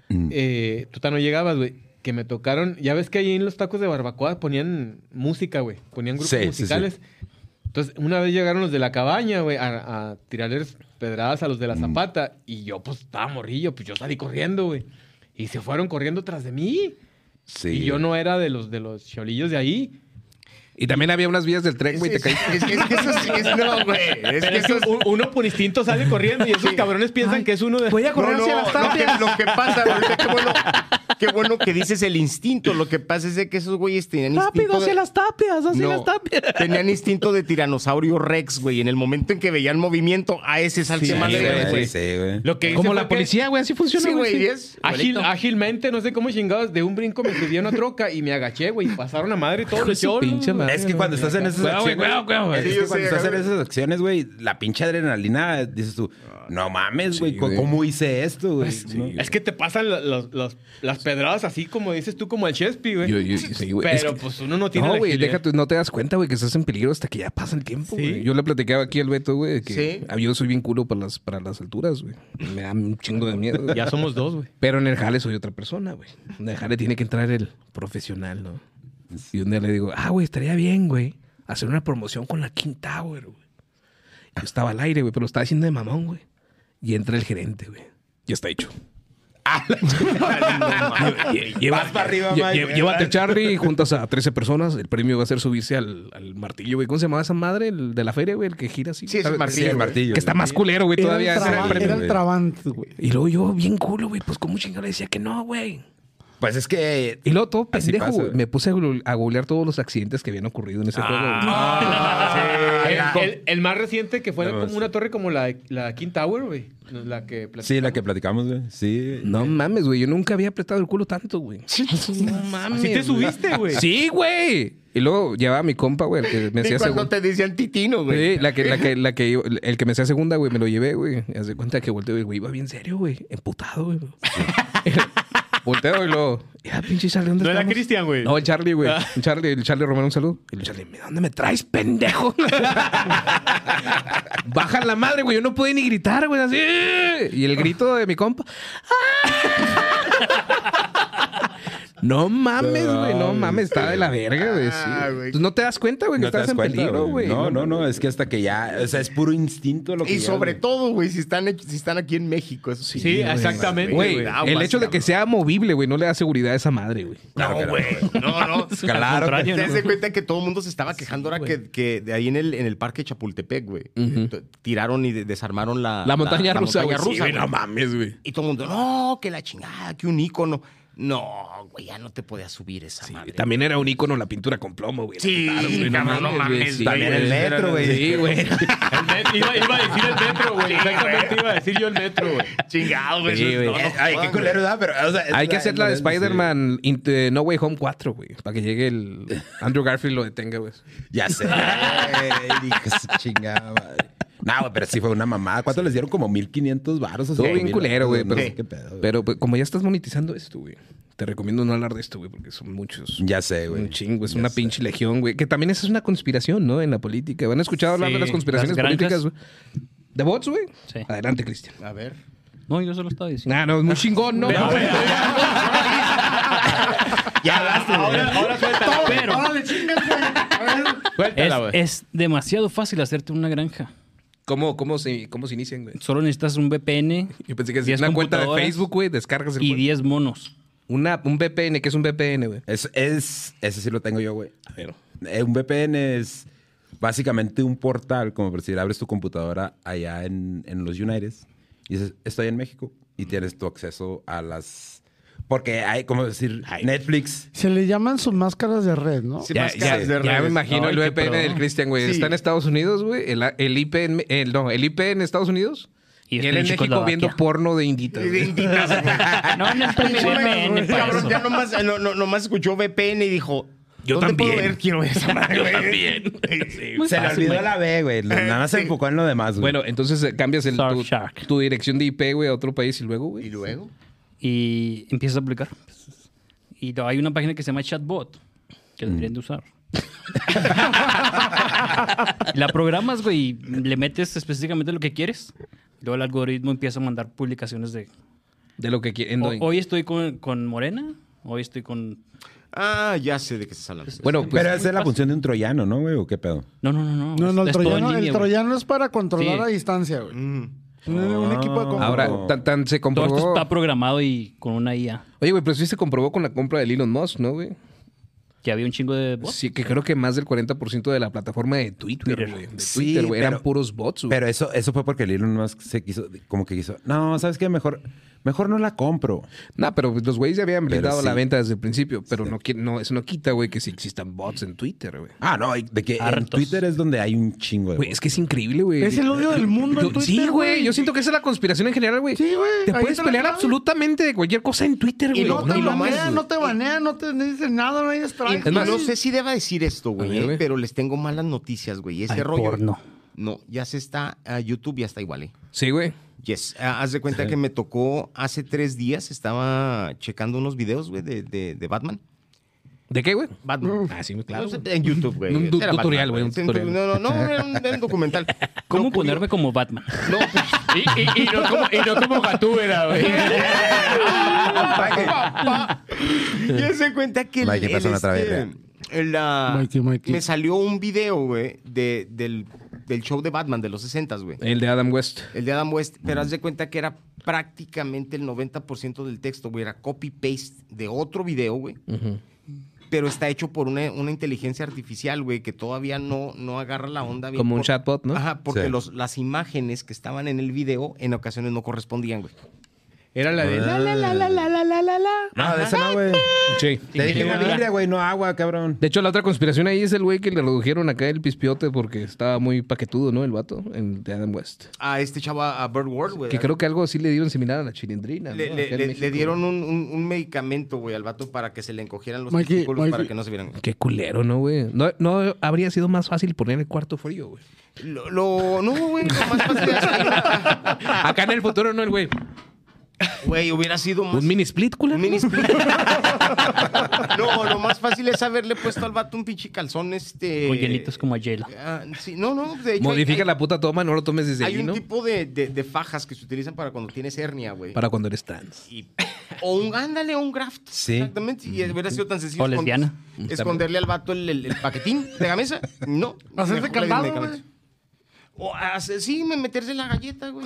Tú no llegabas, güey. Que me tocaron. Ya ves que ahí en los tacos de barbacoa ponían música, güey. Ponían grupos Sí, sí, musicales. Entonces, una vez llegaron los de la cabaña, güey, a tirarles pedradas a los de la Zapata. Y yo, pues, estaba morrillo. Pues yo salí corriendo, güey. Y se fueron corriendo tras de mí. Sí. Y yo no era de los cholillos de ahí. Y también había unas vías del tren, güey, te caíste. Es que eso sí es... No, güey. Es que eso es... Uno por instinto sale corriendo y esos cabrones piensan que es uno de... Voy a correr hacia las tapias. Lo que pasa, ahorita, qué bueno que dices el instinto. Lo que pasa es de que esos güeyes tenían Rápido, instinto hacia las tapias, hacia No, las tapias. tenían instinto de tiranosaurio rex, güey. En el momento en que veían movimiento, a ese es al que más le Sí, ven, güey. sí, güey. Lo que hice Como fue la que policía, güey, así funciona, Sí, güey. güey, es ágilmente, no sé cómo chingados, de un brinco me subí a una troca y me agaché, güey. Y pasaron a madre todos los Su cholos. pinche madre. Es que cuando estás en esas Cuidado, güey, acciones... cuidado, güey. Es que Sí, yo cuando sé, estás en güey. esas acciones, güey, la pinche adrenalina, dices tú, no mames, güey, güey. ¿cómo hice esto, güey? ¿No? Es que te pasan las pedradas así como dices tú, como el Chespi, güey. Sí, güey. Es Pero que- pues uno no tiene No, la güey, agilidad. déjate, no te das cuenta, güey, que estás en peligro hasta que ya pasa el tiempo, Sí. güey. Yo le platicaba aquí al Beto, güey, que Sí. yo soy bien culo para las alturas, güey. Me da un chingo de miedo. güey. Ya somos dos, güey. Pero en el jale soy otra persona, güey. En el jale tiene que entrar el profesional, ¿no? Y un día le digo, güey, estaría bien, güey, hacer una promoción con la King Tower, güey. Yo estaba al aire, güey, pero lo estaba haciendo de mamón, güey. Y entra el gerente, güey. Ya está hecho. Vas para arriba, Mike. Llévate a Charlie y juntas a 13 personas. El premio va a ser subirse al martillo, güey. ¿Cómo se llamaba esa madre? El de la feria, güey. El que gira así. Sí, es el ¿sabes? martillo, Sí, el güey. martillo. Que está más culero, güey, todavía. Ese era el premio. Era el Trabant, güey. Y luego yo, bien culo, güey. Pues, ¿cómo chingado le decía que no, güey? Pues es que... Y luego todo Así pendejo, pasa, güey. güey. Me puse a googlear todos los accidentes que habían ocurrido en ese juego, güey. El más reciente que fue No, como sí. una torre como la King Tower, güey. La que Sí, la que platicamos, güey. Sí. No mames, güey. Yo nunca había apretado el culo tanto, güey. No mames. Así te güey. subiste, güey. Sí, güey. Y luego llevaba a mi compa, güey, el que me Y hacía cuando segunda. te decían titino, güey. Sí, el que me hacía segunda, güey, me lo llevé, güey. Y hace cuenta que volteo, güey, iba bien serio, güey. Emputado, güey. Volteo y luego, ya, pinche Charlie, ¿dónde No era estamos? Cristian, güey. No, el Charlie, güey. El Charlie Romero, un saludo. Y el Charlie, ¿dónde me traes, pendejo? Baja la madre, güey. Yo no pude ni gritar, güey, así. Y el grito de mi compa. No mames, güey. No mames. Está de la verga, güey. Sí. Güey. Pues no te das cuenta, güey, que No te estás das en cuenta, peligro, güey. No, es que hasta que ya, o sea, es puro instinto lo que Y ya, sobre güey. todo, güey, si están aquí en México. Eso sí. Sí, exactamente, Güey, güey. Aguas, el hecho de que cabrón. sea movible, güey, no le da seguridad a esa madre, güey. Claro que no, güey. No. Claro. contrario, ¿Te ¿no? das cuenta que todo el mundo se estaba quejando ahora que de ahí en el parque Chapultepec, güey? Tiraron y desarmaron la montaña rusa, güey. rusa, Sí, güey, güey. no mames, güey. Y todo el mundo, no, que la chingada, que un ícono. No, güey, ya no te podías subir esa madre. También era un ícono la pintura con plomo, güey. Sí, La quitaron, güey, cabrón, no mames, güey. Sí, También el metro, güey. Sí, güey. Iba a decir el metro, güey. Exactamente iba a decir yo el metro, güey. Chingado, güey. Sí, eso es- güey. Ay, qué culero, ¿verdad? Pero, o sea, Hay que hacer la de sí. Spider-Man No Way Home 4, güey. Para que llegue el Andrew Garfield y lo detenga, güey. Ya sé, güey. Hijo de su chingada madre. No, güey, pero sí fue una mamada. ¿Cuánto les dieron? Como 1,500 varos. Todo bien culero, güey. No Pero, sé qué pedo, güey. pero pues, como ya estás monetizando esto, güey, te recomiendo no hablar de esto, güey, porque son muchos. Ya sé, güey. Un chingo, es Ya una sé. pinche legión, güey. Que también esa es una conspiración, ¿no? En la política. ¿Han escuchado hablar Sí, de las conspiraciones las políticas, granjas. güey? ¿De bots, güey? Sí. Adelante, Cristian. A ver. No, yo solo estaba diciendo. Nah, no, es muy chingón, ¿no? Ya hablaste, güey. Ahora suéltala. Pero Órale, chingas, güey. A ver. Suéltala, güey. es demasiado fácil hacerte una granja. ¿Cómo se inician, güey? Solo necesitas un VPN Yo pensé que 10 una cuenta de computadoras Facebook, güey, descargas el y juego. 10 monos. Un VPN, ¿qué es un VPN, güey? Ese sí lo tengo yo, güey. A ver. Un VPN es básicamente un portal, como por decir, abres tu computadora allá en los United y dices, estoy en México y tienes tu acceso a las... Porque hay, como decir, Netflix. Se le llaman sus máscaras de red, ¿no? Sí, Ya, máscaras ya, de ya me redes. imagino Ay, el qué VPN pro. del Cristian, güey. Sí. Está en Estados Unidos, güey. El IP el IP en Estados Unidos. Y Y estoy él en en México Checoslovaquia. viendo porno de inditas. güey. No necesito mi VPN para Cabrón, eso. ya nomás escuchó VPN y dijo, Yo ¿dónde también. puedo ver? Quiero ver esa madre, güey. Muy Se le fácil, olvidó güey. la B, güey. Nada más se enfocó en lo demás, güey. Bueno, entonces cambias Surfshark. tu dirección de IP, güey, a otro país y luego, güey. ¿Y luego? Y empiezas a aplicar. Y hay una página que se llama Chatbot, que deberían de usar. La programas, güey, y le metes específicamente lo que quieres. Y luego el algoritmo empieza a mandar publicaciones de... De lo que quieren. Hoy estoy con Morena, hoy estoy con... Ah, ya sé de qué estás hablando. Bueno, pues, Pero esa es la función de un troyano, ¿no, güey? ¿O qué pedo? No. No, el Es todo en troyano, línea, el güey. troyano es para controlar Sí. a distancia, güey. Un equipo de cómputo. ahora, tan se Todo esto comprobó. está programado y con una IA. Oye, güey, pero sí se comprobó con la compra de Elon Musk, ¿no, güey? Que había un chingo de bots. Sí, que creo que más del 40% de la plataforma de Twitter, güey. De Sí, Twitter, güey. Eran pero- puros bots, güey. Pero eso fue porque el Elon Musk se quiso, como que quiso, no, ¿sabes qué? Mejor no la compro. No, pero los güeyes ya habían Pero blindado sí. la venta desde el principio. Pero no, eso no quita, güey, que sí existan bots en Twitter, güey. Ah, no, de que en Hartos. Twitter es donde hay un chingo de Güey, es que es increíble, güey. Es el odio del mundo en Twitter, Sí, güey. güey. Yo siento que esa es la conspiración en general, güey. Sí, güey. Te Ahí puedes está la pelear clave. absolutamente de cualquier cosa en Twitter, güey. No te y lo más- banean, no te banean, no te dicen nada, no hay strike. Es más, no sé si deba decir esto, A ver, güey, güey. pero les tengo malas noticias, güey. Ese Ay, rollo. porno. No, ya se está. YouTube ya está igual, ¿eh? Sí, güey. Yes. Haz de cuenta que me tocó hace 3 días, estaba checando unos videos, güey, de Batman. ¿De qué, güey? Batman. Ah, sí, claro. No sé, en YouTube, güey. Un Era tutorial, güey, un Sí, tutorial. No, era un documental. ¿Cómo No, ponerme como Batman? No, pues, Y no como Gatúbela, güey. ya se cuenta que Mikey, pásame otra vez, Mikey. me salió un video, güey, del show de Batman de los 60s, güey. El de Adam West. El de Adam West, pero haz de cuenta que era prácticamente el 90% del texto, güey. Era copy-paste de otro video, güey. Pero está hecho por una inteligencia artificial, güey, que todavía no agarra la onda bien. Como un chatbot, ¿no? Ajá, porque Sí. las imágenes que estaban en el video en ocasiones no correspondían, güey. Era la de... No, de esa no, güey. Sí. Te dije una Biblia, güey, no agua, cabrón. De hecho, la otra conspiración ahí es el güey que le redujeron acá el pispiote porque estaba muy paquetudo, ¿no? El vato, el de Adam West. A este chavo, a Bird World, güey. Que creo que algo así le dieron similar a la chilindrina, ¿no? Le, Acá le- en le- México. le dieron un medicamento, güey, al vato para que se le encogieran los Mikey, testículos para Mikey. que no se vieran. güey. Qué culero, ¿no, güey? No habría sido más fácil poner el cuarto frío, güey. No, güey, lo más fácil era- Acá en el futuro, no, el güey. Güey, hubiera sido más... Un mini split, culero. Un mini split. No, lo más fácil es haberle puesto al vato un pinche calzón, Con hielitos como a Yela. Sí, no, de hecho... Modifica hay- la puta toma, no lo tomes desde Hay ahí, un ¿no? tipo de fajas que se utilizan para cuando tienes hernia, güey. Para cuando eres trans. Y O un graft. Sí. Exactamente. Y hubiera sido tan sencillo. O lesbiana. Esconderle al vato el paquetín de la mesa. No. Hacerse Mejor le candado, di medicamentos. güey. O sí, meterse la galleta, güey.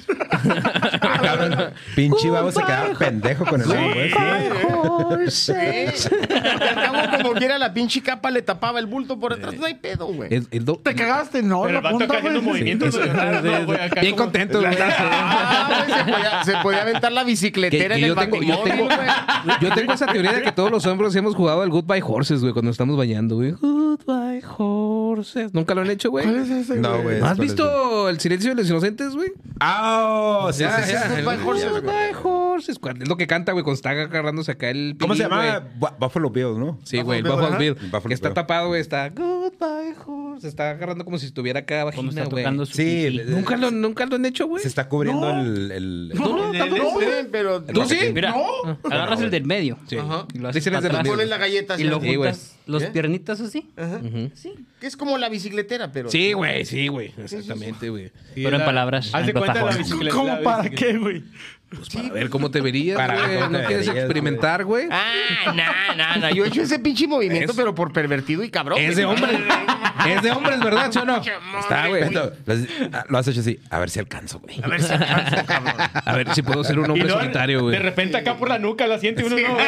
Pinche babo se quedaba pendejo con el güey. Sí. Al cabo, como quiera, la pinche capa le tapaba el bulto por atrás. No hay pedo, güey. Te cagaste, no, Pero la el vato punta, acá haciendo güey. movimientos. Bien contento, güey. Se podía aventar la bicicletera en el batimóvil, güey. Yo tengo esa teoría de que todos los hombres hemos jugado al Goodbye Horses, güey, cuando estamos bañando, güey. Goodbye Horses. ¿Nunca lo han hecho, güey? ¿Cuál es ese, No, güey? güey. ¿Has visto El silencio de los inocentes, güey? ¡Ah! Sí, Ya, sí, ya. sí. Goodbye Horses, güey. Goodbye Horses. Es lo que canta, güey, cuando está agarrándose acá el... ¿Cómo se pilín, llama? güey. Buffalo Bill, ¿no? Sí, güey, el Buffalo Buffalo Bill, Bill. Buffalo Que está Bill. tapado, güey, está... Goodbye Horse. Se está agarrando como si estuviera acá Cuando vagina, está güey. tocando su Sí, pipí. ¿Nunca lo han hecho, güey? Se está cubriendo el... No, tampoco. Pero ¿Tú sí? Mira, agarras el del medio. Sí. Y lo haces Dicen es para de los atrás. míos. pones la galleta así. Y lo Sí, güey. juntas los ¿Eh? piernitas así. Sí. Que es como la bicicletera, pero... Sí, güey, sí, güey. Exactamente, güey. Pero en palabras Haz de cuenta la anglosajonas. bicicleta. ¿Cómo para qué, güey? Pues para ver cómo te verías, Para güey. ver cómo ¿No te quieres verías, experimentar, güey? No. Yo he hecho ese pinche movimiento, Es- pero por pervertido y cabrón. Es de hombres. Es de hombres, ¿verdad, ¿sí o no? Está, güey. Lo has hecho así. A ver si alcanzo, güey. A ver si alcanzo, cabrón. A ver si puedo ser un Y hombre no, solitario, de güey. repente acá por la nuca la siente uno. No,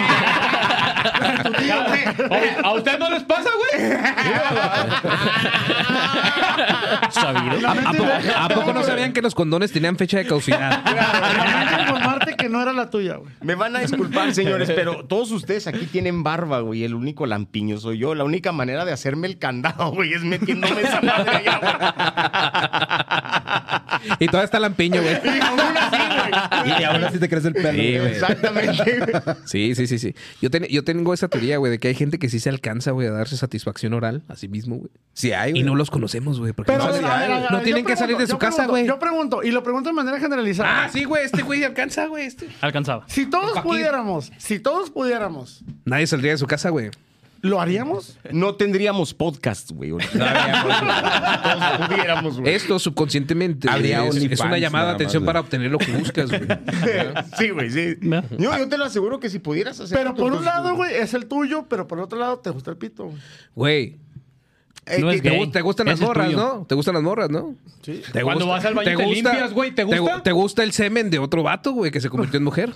¿A usted no les pasa, güey? Sabido. ¿A poco no sabían que los condones tenían fecha de caducidad? Lamento informarte que no era la tuya, güey. Me van a disculpar, señores, pero todos ustedes aquí tienen barba, güey. El único lampiño soy yo. La única manera de hacerme el candado, güey, es metiéndome esa madre allá, güey. Y todavía está lampiño, güey. Y aún así, güey. Y aún así te crece el pelo. Sí, güey. Exactamente, güey. Sí. Yo tengo esa teoría, güey, de que hay gente que sí se alcanza, güey, a darse satisfacción oral a sí mismo, güey. Sí hay, Y güey. no los conocemos, güey. Porque Pero, no, a ver, a ver, no tienen yo que salir de pregunto, su casa, güey. Yo pregunto, y lo pregunto de manera generalizada. Ah, sí, güey. Este güey alcanza, güey. Alcanzaba. Si todos Fakir. pudiéramos, Nadie saldría de su casa, güey. ¿lo haríamos? No tendríamos podcast, güey. Todos pudiéramos, güey. Esto subconscientemente Habría es OnlyFans, una llamada de nada atención más, para obtener lo que buscas, güey. Sí, güey, sí. Yo te lo aseguro que si pudieras hacer... Pero por un lado, güey, es el tuyo, pero por otro lado te gusta el pito, güey. Güey, No es gay. te gustan las Ese es morras, tuyo. ¿no? ¿Te gustan las morras, no? Sí. ¿Te Cuando vas al baño te limpias, güey, ¿te gusta? ¿Te gusta el semen de otro vato, güey, que se convirtió en mujer?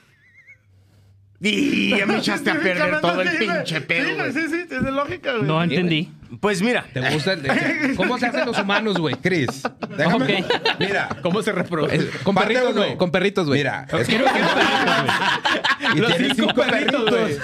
Y ya me echaste a perder todo el Sí, güey. pinche pedo, Sí, güey. sí, tiene lógica, güey. No entendí. Pues mira, ¿Te gusta el ¿Cómo se hacen los humanos, güey? Chris, déjame. Ok. Mira, ¿Cómo se reproduce? Con Parte perritos, uno. güey. Con perritos, güey. mira. es- y Los tiene 5 perritos, güey.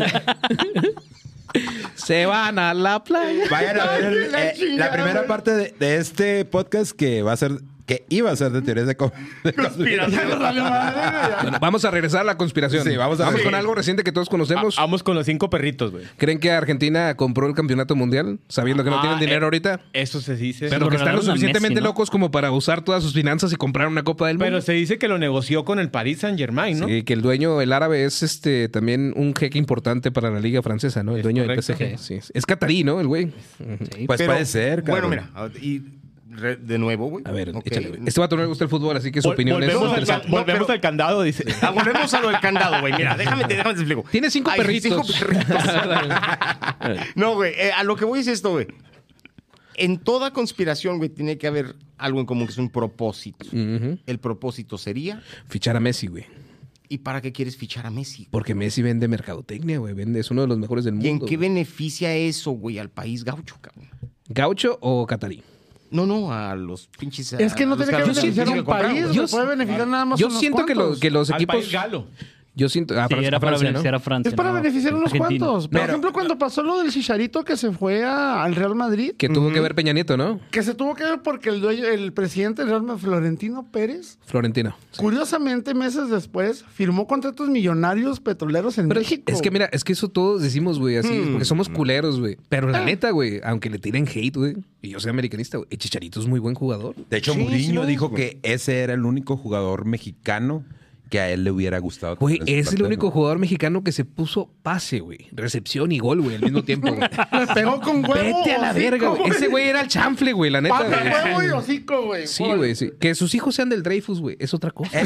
Se van a la playa. Vayan a ver La chingada, la primera güey. parte de este podcast que va a ser, que iba a ser de teorías de conspiración. Ya nos valió madre, güey, ya. Bueno, vamos a regresar a la conspiración. Sí, vamos a ver. con algo reciente que todos conocemos. Vamos con los 5 perritos, güey. ¿Creen que Argentina compró el campeonato mundial sabiendo que no tienen dinero ahorita? Eso se dice. Pero lo que están lo regalaron a suficientemente Messi, ¿no? locos como para usar todas sus finanzas y comprar una Copa del Mundo. Pero se dice que lo negoció con el Paris Saint-Germain, ¿no? Sí, que el dueño, el árabe, es también un jeque importante para la liga francesa, ¿no? El Es dueño del correcto. PSG. Sí. Es catarí, ¿no? El güey. Pues pero, puede ser, cabrón. Bueno, mira, y de nuevo, güey. A ver, Ok. échale, güey. Este vato no le gusta el fútbol, así que su opinión es Volvemos, interesante. volvemos pero- al candado, dice. Volvemos a lo del candado, güey. Mira, déjame te explico. Tiene 5 Ay, perritos. 5 perritos. No, güey, a lo que voy es esto, güey. En toda conspiración, güey, tiene que haber algo en común que es un propósito. Ujú. El propósito sería, Fichar a Messi, güey. ¿y para qué quieres fichar a Messi? Porque Messi vende mercadotecnia, güey. Es uno de los mejores del ¿Y en mundo. qué güey. beneficia eso, güey, al país gaucho, cabrón? ¿Gaucho o catarí? No, a los pinches... Es que no tiene que beneficiar a un país, Yo se puede beneficiar nada más Yo unos siento que, cuantos. que los Al equipos... país galo. Yo siento... Sí, era para Francia, ¿no? beneficiar a Francia. Es para no, beneficiar a unos Argentina. cuantos. Por Pero- ejemplo, cuando pasó lo del Chicharito que se fue al Real Madrid, Que tuvo que ver Peña Nieto, ¿no? que se tuvo que ver porque el presidente del Real Madrid, Florentino Pérez, Florentino. Sí. curiosamente meses después, firmó contratos millonarios petroleros en Pero México. es que mira, es que eso todos decimos, güey, así, porque somos culeros, güey. Pero la neta, güey, aunque le tiren hate, güey, y yo soy americanista, güey, el Chicharito es muy buen jugador. De hecho, Sí, Mourinho sí, dijo güey. que ese era el único jugador mexicano que a él le hubiera gustado. Güey, tener en su es el plantel, único güey. jugador mexicano que se puso pase, güey. Recepción y gol, güey, al mismo tiempo, güey. Le pegó con huevo. Vete a la hocico, verga, güey. Ese güey era el chanfle, güey, la neta, Pata, güey. huevo y hocico, güey. Sí, güey, sí. Que sus hijos sean del Dreyfus, güey, es otra cosa.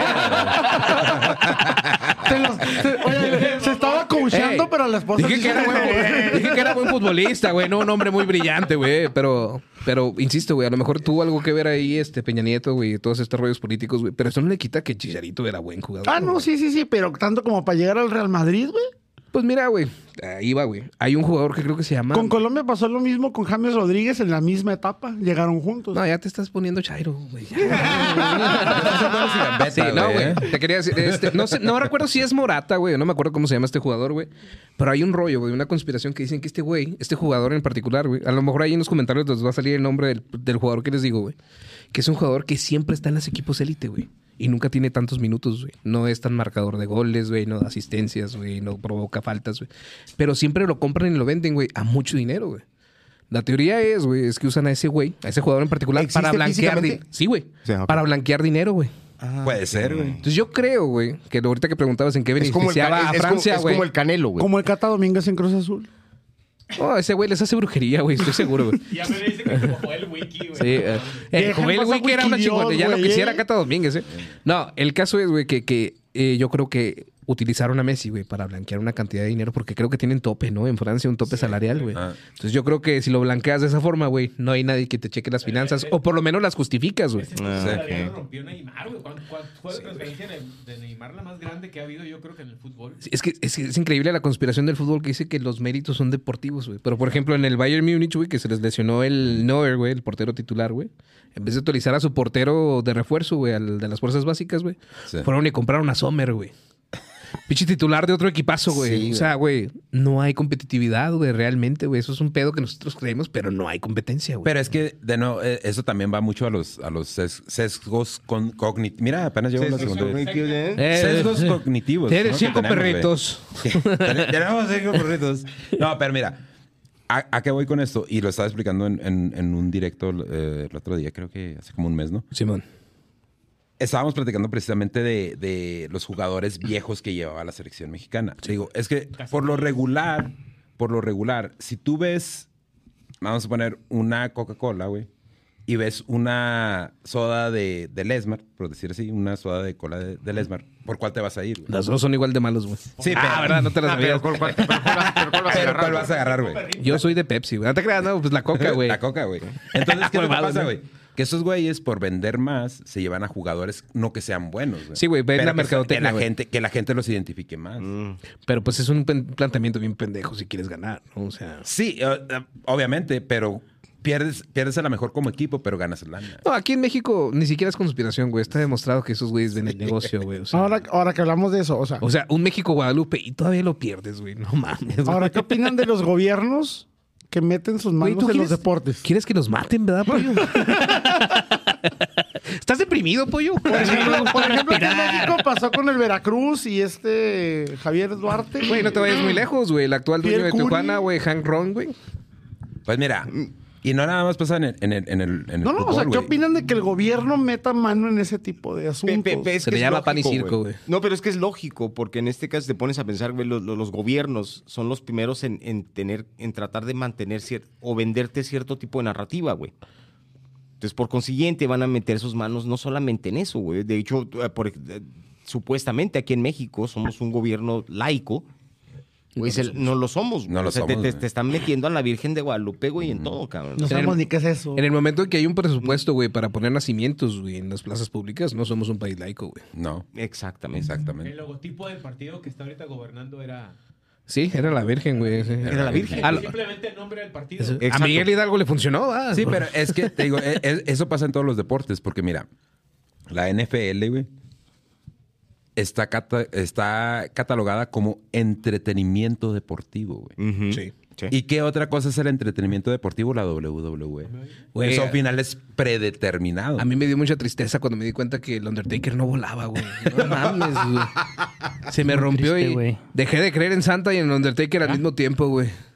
Oye, se estaba coachando, Ey, pero la esposa... Dije sí que, era se buen, fue. dije que era buen futbolista, güey. No, un hombre muy brillante, güey. Pero, insisto, güey, a lo mejor tuvo algo que ver ahí Peña Nieto, güey, y todos estos rollos políticos, güey. Pero eso no le quita que Chicharito era buen jugador. Ah, no, sí, pero tanto como para llegar al Real Madrid, güey. Pues mira, güey, ahí va, güey. Hay un jugador que creo que se llama... Con Colombia pasó lo mismo con James Rodríguez en la misma etapa. Llegaron juntos. No, ya te estás poniendo chairo, güey. Sí, Gambetta, no, güey, güey. Te quería decir, no sé, no recuerdo si es Morata, güey. No me acuerdo cómo se llama este jugador, güey. Pero hay un rollo, güey, una conspiración que dicen que este güey, este jugador en particular, güey, a lo mejor ahí en los comentarios les va a salir el nombre del jugador que les digo, güey. Que es un jugador que siempre está en los equipos élite, güey. Y nunca tiene tantos minutos, güey. No es tan marcador de goles, güey. No da asistencias, güey. No provoca faltas, güey. Pero siempre lo compran y lo venden, güey, a mucho dinero, güey. La teoría es, güey, es que usan a ese güey, a ese jugador en particular, ¿Existe para blanquear... físicamente? Sí, güey. Sí, ok. Para blanquear dinero, güey. Puede ser, güey. Entonces yo creo, güey, que ahorita que preguntabas en qué Es como el, beneficiaba a Francia, es güey. como el Canelo, güey. Como el Cata Domínguez en Cruz Azul. Oh, ese güey les hace brujería, güey, estoy seguro, güey. Ya me dicen que como Joel Wiki, güey. Sí, Dejen Joel pasar Wiki era una Wikilios, chingona. Ya lo güey, quisiera Cata Domínguez, ¿eh? No, el caso es, güey, que yo creo que utilizaron a Messi, güey, para blanquear una cantidad de dinero, porque creo que tienen tope, ¿no? En Francia, un tope salarial, güey. Ah. Entonces yo creo que si lo blanqueas de esa forma, güey, no hay nadie que te cheque las finanzas, o por lo menos las justificas, güey. Lo rompió Neymar, güey. ¿Cuál fue la transferencia de Neymar la más grande que ha habido, yo creo que en el fútbol? Es que es increíble la conspiración del fútbol que dice que los méritos son deportivos, güey. Pero, por ejemplo, en el Bayern Múnich, güey, que se les lesionó el Neuer, güey, el portero titular, güey. En vez de utilizar a su portero de refuerzo, güey, al de las fuerzas básicas, güey, Sí. fueron y compraron a Sommer, güey. Pinche titular de otro equipazo, güey. Sí, o sea, güey, no hay competitividad, güey, realmente, güey. Eso es un pedo que nosotros creemos, pero no hay competencia, güey. Pero es que, de nuevo, eso también va mucho a los sesgos cognitivos. Mira, apenas llevo la segunda vez. Sesgos cognitivos. Tienes ¿no? 5 Que tenemos, güey. perritos. Tenemos 5 perritos. No, pero mira, ¿a qué voy con esto? Y lo estaba explicando en un directo el otro día, creo que hace como un mes, ¿no? Simón. Estábamos platicando precisamente de los jugadores viejos que llevaba la selección mexicana. Digo, es que por lo regular, si tú ves, vamos a poner una Coca-Cola, güey, y ves una soda de Lesmar, por decir así, una soda de cola de Lesmar, ¿por cuál te vas a ir, güey? Las dos son igual de malos, güey. Sí, pero... ¿verdad? No te las sabías. ¿Cuál vas a agarrar, güey? Yo soy de Pepsi, güey. No te creas, no, pues la Coca, güey. La Coca, güey. Entonces, ¿qué es lo que Huevadas, pasa, ¿no? güey? Que esos güeyes, por vender más, se llevan a jugadores no que sean buenos, güey. Sí, güey, ven Pero la que mercadotecnia, güey. que la gente los identifique más. Pero pues es un planteamiento bien pendejo si quieres ganar, ¿no? O sea... Sí, obviamente, pero pierdes a lo mejor como equipo, pero ganas el lana. No, aquí en México ni siquiera es conspiración, güey. Está demostrado que esos güeyes ven el negocio, güey. O sea, Ahora que hablamos de eso, o sea, un México-Guadalupe y todavía lo pierdes, güey. No mames. güey. ahora, ¿qué opinan de los gobiernos que meten sus Güey, manos ¿tú en los quieres- deportes? ¿Quieres que los maten, verdad, pollo? ¿Estás deprimido, pollo? Por ejemplo, aquí en México pasó con el Veracruz y Javier Duarte. Güey, no te vayas muy lejos, güey. El actual dueño Pierre de Tijuana, Curi. güey, Hank Ron, güey. Pues mira, y no nada más pasa en el No, o sea, fútbol, ¿qué güey. opinan de que el gobierno meta mano en ese tipo de asuntos? Se le llama pan y circo, güey. No, pero es que es lógico, porque en este caso te pones a pensar, güey, los gobiernos son los primeros en tratar de mantener o venderte cierto tipo de narrativa, güey. Entonces, por consiguiente, van a meter sus manos no solamente en eso, güey. De hecho, supuestamente aquí en México somos un gobierno laico. Güey, no lo somos, güey. No lo O sea, somos, güey. te están metiendo a la Virgen de Guadalupe, güey, en todo, cabrón. No sabemos ni qué es eso. En el momento en que hay un presupuesto, güey, para poner nacimientos, güey, en las plazas públicas, no somos un país laico, güey. No, Exactamente. El exactamente. logotipo del partido que está ahorita gobernando era... Sí, era la Virgen, güey. Sí. Era la Virgen. Simplemente el nombre del partido. A Exacto. Miguel Hidalgo le funcionó, ¿verdad? Sí, pero es que, te digo, eso pasa en todos los deportes, porque mira, la NFL, güey, está catalogada como entretenimiento deportivo, güey. Ujú. Sí. Sí. ¿Y qué otra cosa es el entretenimiento deportivo? La WWE. Güey, Son finales predeterminados. A mí me dio mucha tristeza cuando me di cuenta que el Undertaker no volaba, güey. No mames, güey. Se me rompió triste, y güey. dejé de creer en Santa y en el Undertaker al mismo tiempo, güey.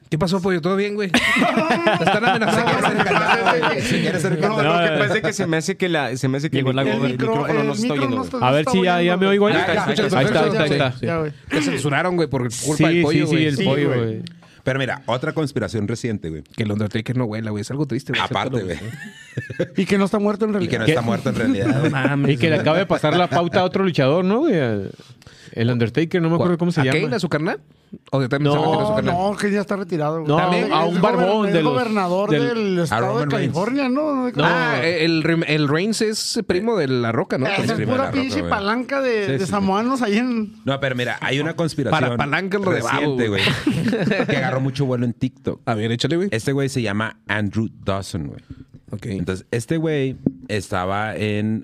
¿Qué pasó, pollo? ¿Todo bien, güey? Te están amenazando. No, lo que pasa es que se me hace que Llegó la el micrófono no se está oyendo. A ver si ya me oigo. Ahí está. Ya, güey. Te censuraron, güey, por culpa del pollo, güey. Sí, el pollo, güey. Pero mira, otra conspiración reciente, güey. Que el Undertaker no huela, güey. Es algo triste, güey. Aparte, güey. Y que no está muerto en Y realidad. que no está muerto en realidad. güey. Mames, Y que le güey. acaba de pasar la pauta a otro luchador, ¿no, güey? El Undertaker, no me acuerdo cómo se ¿A llama. Kane, a su carnal? ¿O de también se metió a su No, carnal? no, que ya está retirado. güey. No, También a un barbón Es de los... gobernador del estado de Roman Reigns. California, ¿no? El Reigns es primo de La Roca, ¿no? Esa es primo de pura la Roca, pinche güey. palanca de Sí. samoanos ahí en... No, pero mira, hay una conspiración Para palanca lo de babo, reciente, güey. Que agarró mucho vuelo en TikTok. A ver, échale, güey. Este güey se llama Andrew Dawson, güey. Ok. Entonces, este güey estaba en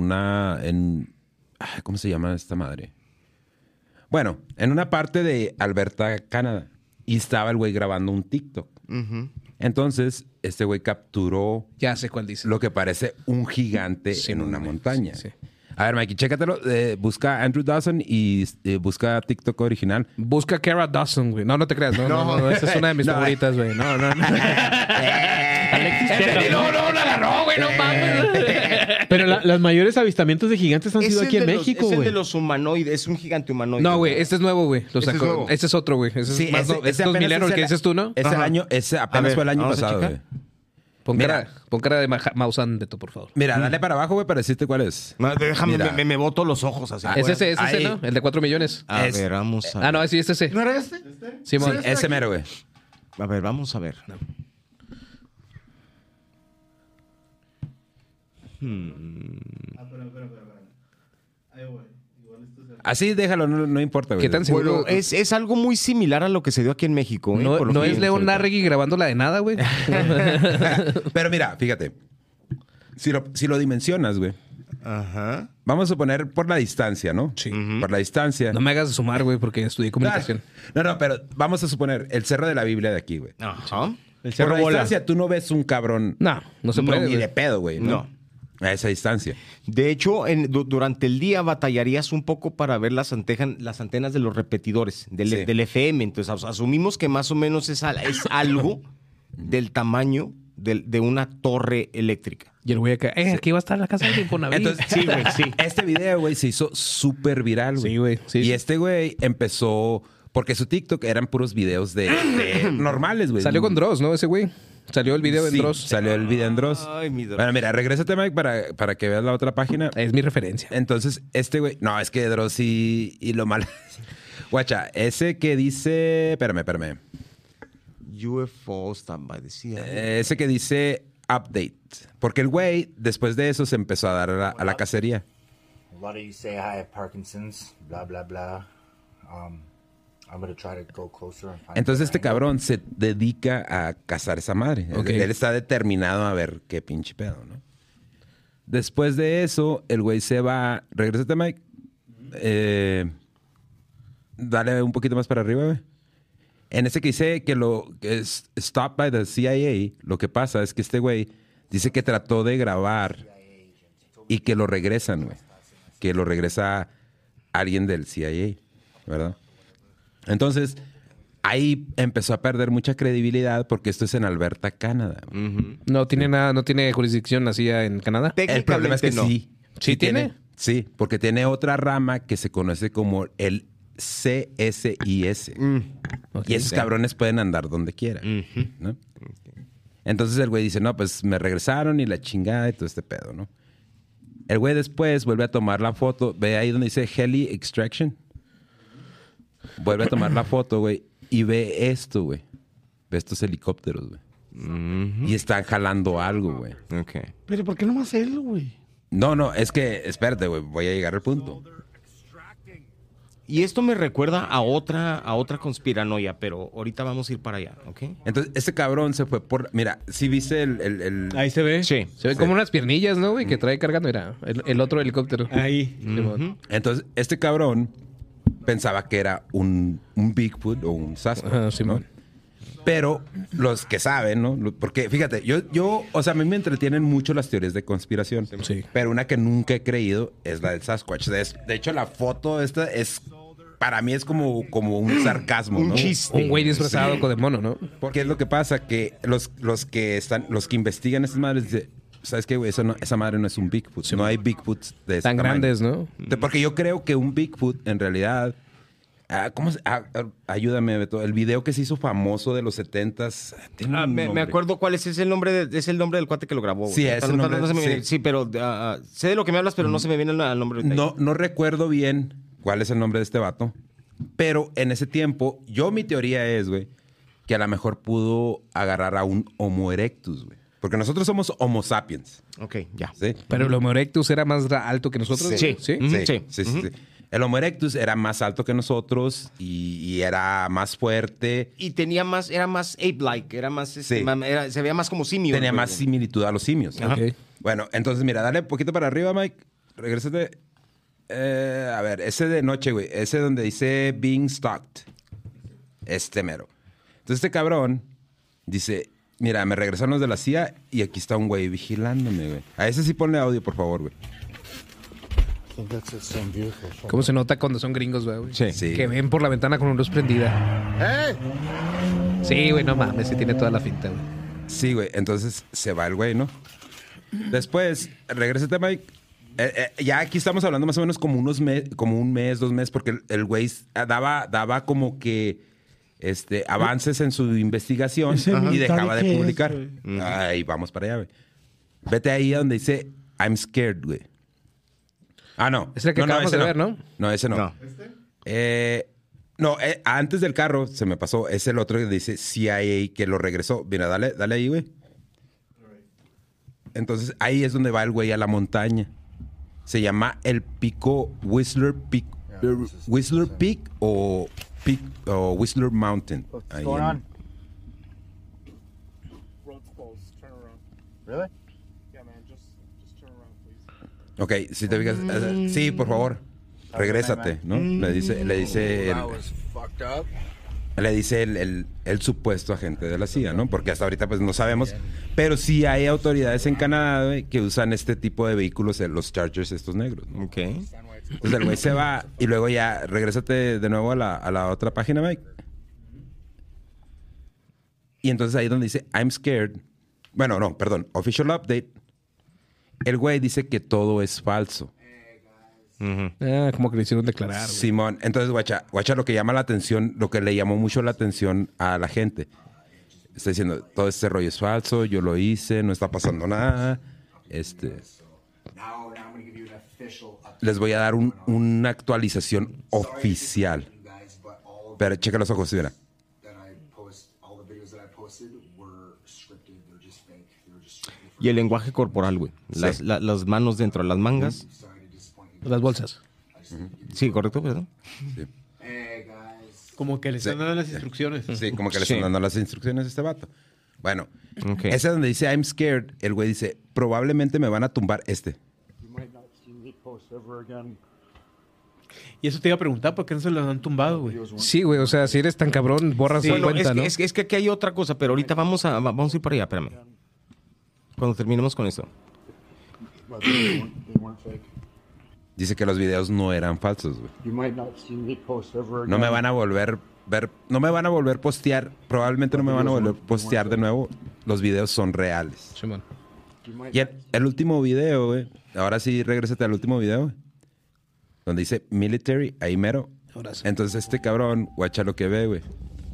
¿cómo se llama esta madre? Bueno, en una parte de Alberta, Canadá. Y estaba el güey grabando un TikTok. Entonces, este güey capturó Ya sé cuál dice. lo que parece un gigante Sí, en no, una güey. montaña. Sí. A ver, Mikey, chécatelo. Busca Andrew Dawson y busca TikTok original. Busca Cara Dawson, güey. No, no te creas. No, esa es una de mis favoritas, güey. No. Alexis Checa, ¿no? la agarró, güey. No mames. Pero las mayores avistamientos de gigantes han sido aquí en México, Es el güey. de los humanoides, es un gigante humanoide. No, güey. Este es nuevo, güey. Lo Este es sacó. nuevo. Este es otro, güey. Ese es más no- este es 2000 el que dices tú, ¿no? Ese A apenas ver, fue el año vamos a pasado, checar. güey. Pon Mira. cara de Maussan, Beto, por favor. Mira, dale para abajo, güey, para decirte cuál es. No, déjame, Mira. me boto los ojos así. Es ese, Ahí. ¿no? El de 4 millones. A Es- ver, vamos a ver. Ah, no, sí, es ese. ¿No era este? Simón. Sí, Ese mero, güey. A ver, vamos a ver. Así déjalo, no importa, güey. ¿Qué tan seguro? Bueno, es algo muy similar a lo que se dio aquí en México. No, por lo no que es vi León ahorita. Larregui grabando la de nada, güey. Pero mira, fíjate. Si lo dimensionas, güey. Ajá. Vamos a poner por la distancia, ¿no? Sí. Por la distancia. No me hagas sumar, güey, porque estudié comunicación. No, pero vamos a suponer el cerro de la Biblia de aquí, güey. Ajá. El Por Cerro la Bola. distancia tú no ves un cabrón. No se No, puede, ni güey. de pedo, güey. No. A esa distancia. De hecho, durante el día batallarías un poco para ver las antenas de los repetidores Sí. del FM. Entonces, asumimos que más o menos es algo del tamaño de una torre eléctrica. Y el güey acá, aquí va a estar la casa de Infonavit. Entonces, Sí, güey, sí. Este video, güey, se hizo súper viral, güey. Sí, güey, sí, Y sí. este güey empezó... Porque su TikTok eran puros videos de normales, güey. Salió con Dross, ¿no? Ese güey. Salió el video en Sí, Dross. salió el video en Dross. Ay, mi Dross. Bueno, mira, regrésate, Mike, para que veas la otra página. Es mi referencia. Entonces, este güey... No, es que Dross y lo malo... Guacha, ese que dice... Espérame. UFO standby, decía. Ese que dice update. Porque el güey, después de eso, se empezó a dar a la cacería. Why do you say I have Parkinson's? Blah, blah, blah. I'm going to try to go closer and find Entonces where este I am. cabrón se dedica a cazar esa madre. Ok. Él está determinado a ver qué pinche pedo, ¿no? Después de eso, el güey se va... Regrésate, Mike. Dale un poquito más para arriba, güey. En ese que dice que que es stopped by the CIA, lo que pasa es que este güey dice que trató de grabar y que lo regresan, güey. Que lo regresa alguien del CIA, ¿verdad? Entonces, ahí empezó a perder mucha credibilidad porque esto es en Alberta, Canadá. No tiene jurisdicción así en Canadá. El problema es que no. sí. ¿Sí tiene? Sí, porque tiene otra rama que se conoce como el CSIS. Ok. Y esos cabrones pueden andar donde quieran, ¿no? Entonces el güey dice, no, pues me regresaron y la chingada y todo este pedo, ¿no? El güey después vuelve a tomar la foto. Ve ahí donde dice Heli Extraction. Vuelve a tomar la foto, güey. Y ve esto, güey. Ve estos helicópteros, güey. Y están jalando algo, güey. Ok. Pero ¿por qué no más él, güey? No, es que, espérate, güey. Voy a llegar al punto. Y esto me recuerda a otra conspiranoia, pero ahorita vamos a ir para allá, ¿ok? Entonces, este cabrón se fue por... Mira, si viste el... Ahí se ve. Sí. Se ve como unas piernillas, ¿no, güey? Que trae cargando. Era el otro helicóptero. Ahí. Simón. Entonces, este cabrón pensaba que era un Bigfoot o un Sasquatch, Ajá, ¿no? Simón. Pero los que saben, ¿no? Porque, fíjate, o sea, a mí me entretienen mucho las teorías de conspiración. Sí. Pero una que nunca he creído es la del Sasquatch. De hecho, la foto esta es para mí es como un sarcasmo, Un ¿no? chiste. Un güey disfrazado de mono, ¿no? Porque es lo que pasa, que los que investigan estas madres dicen, ¿sabes qué, güey? Esa madre no es un Bigfoot. No hay Bigfoots de ese Tan tamaño. grandes, ¿no? Porque yo creo que un Bigfoot, en realidad... ayúdame, Beto. El video que se hizo famoso de los 70s. tiene un me nombre. acuerdo cuál es el nombre del cuate que lo grabó. güey. Sí, es el nombre, No se me viene- sí. sí, pero sé de lo que me hablas, pero no se me viene el nombre. ahorita. No recuerdo bien cuál es el nombre de este vato. Pero en ese tiempo, mi teoría es, güey, que a lo mejor pudo agarrar a un Homo erectus, güey. Porque nosotros somos Homo sapiens. Ok, ya. ¿Sí? Pero el Homo erectus era más alto que nosotros. Sí. ¿Sí? Ujú. Sí. El Homo erectus era más alto que nosotros y era más fuerte. Y era más ape-like, era más, Sí. se veía más como simio. Tenía güey. más similitud a los simios. Ajá. Ok. Bueno, entonces mira, dale un poquito para arriba, Mike. Regrésate. A ver, ese de noche, güey. Ese donde dice being stalked. Este mero. Entonces este cabrón dice, mira, me regresaron los de la CIA y aquí está un güey vigilándome, güey. A ese sí ponle audio, por favor, güey. I think that's the same vehicle. ¿Cómo se nota cuando son gringos, güey? Sí. Sí. Que ven por la ventana con una luz prendida. Hey! Sí, güey, no mames, sí tiene toda la finta, güey. Sí, güey. Entonces se va el güey, ¿no? Después, regrésate, Mike. Ya aquí estamos hablando más o menos como como un mes, 2 meses, porque el güey daba como que avances en su investigación Ese y mental dejaba de que es, publicar. güey. Ay, vamos para allá, güey. Vete ahí a donde dice I'm scared, güey. Ah, no. Es el que acabamos ese de ver, ¿no? No, ese no. No. No, antes del carro se me pasó. Es el otro que dice CIA que lo regresó. Mira, dale ahí, güey. Entonces ahí es donde va el güey a la montaña. Se llama el pico Whistler Peak. Whistler Peak o Whistler Mountain. What's Ahí going en- on? Road's closed. Turn around. Really? Yeah, man. Just turn around, please. Ok, si te fijas. Sí, por favor. Regrésate, ¿no? Le dice That was fucked up. le dice el supuesto agente de la CIA, ¿no? Porque hasta ahorita pues no sabemos. Pero sí hay autoridades en Canadá, güey, que usan este tipo de vehículos, los Chargers estos negros, ¿no? Ok. Entonces el güey se va y luego ya regrésate de nuevo a la otra página, Mike. Y entonces ahí donde dice I'm scared. Bueno, no, perdón. Official update. El güey dice que todo es falso. Como que le hicieron declarar, güey. Simón, entonces, guacha, lo que llama la atención, lo que le llamó mucho la atención a la gente. Está diciendo, todo este rollo es falso, yo lo hice, no está pasando nada. Now I'm going to give you an official update. Les voy a dar una actualización oficial. You guys, but all of Pero checa los ojos, mira. that I post, all the videos that I posted were scripted. They're just fake. They were just scripted for Y el lenguaje corporal, güey. Las manos dentro de las mangas. sorry to disappoint you. Las bolsas. Sí, correcto, ¿verdad? Hey guys. Como que le están dando las instrucciones. Sí, como que le Sí. están dando las instrucciones a este vato. Bueno, Ok. ese donde dice I'm scared, el güey dice, probablemente me van a tumbar este. You might not see me post ever again. Y eso te iba a preguntar, ¿por qué no se los han tumbado, güey? Sí, güey, o sea, si eres tan cabrón, borras Sí, tu bueno, cuenta, ¿no? es que aquí hay otra cosa, pero ahorita vamos a ir para allá, espérame. Cuando terminemos con esto. But they weren't fake. Dice que los videos no eran falsos, güey. You might not see me post ever again. No me van a volver no me van a volver a postear, probablemente no me van a volver a postear de nuevo. Los videos son reales. Simón. You might Y el último video, güey. Ahora sí, regrésate al último video, güey. Donde dice military, ahí mero. Ahora sí. Entonces este cabrón, guacha lo que ve, güey.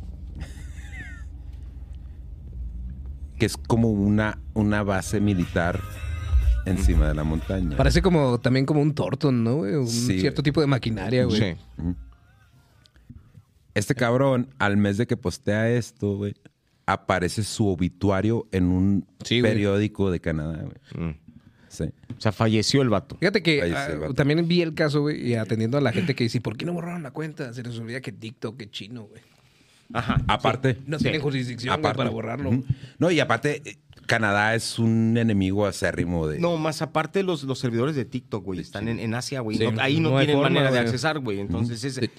Que es como una base militar encima de la montaña. Parece también como un Torton, ¿no, güey? Un Sí, cierto güey. tipo de maquinaria, güey. Sí. Este cabrón, al mes de que postea esto, güey, aparece su obituario en un Sí, güey. periódico de Canadá, güey. Sí. O sea, falleció el vato. Fíjate que Ahí se va. también vi el caso, güey, y atendiendo a la gente que dice, ¿por qué no borraron la cuenta? Se les olvida que TikTok es chino, güey. Ajá. Aparte. No tienen jurisdicción, güey, Aparte. para borrarlo. Ujú. No, y aparte, Canadá es un enemigo acérrimo de... No, más aparte los servidores de TikTok, güey, están en Asia, güey. Sí, No- ahí no, no hay tienen forma, manera de güey. accesar, güey. Entonces ese...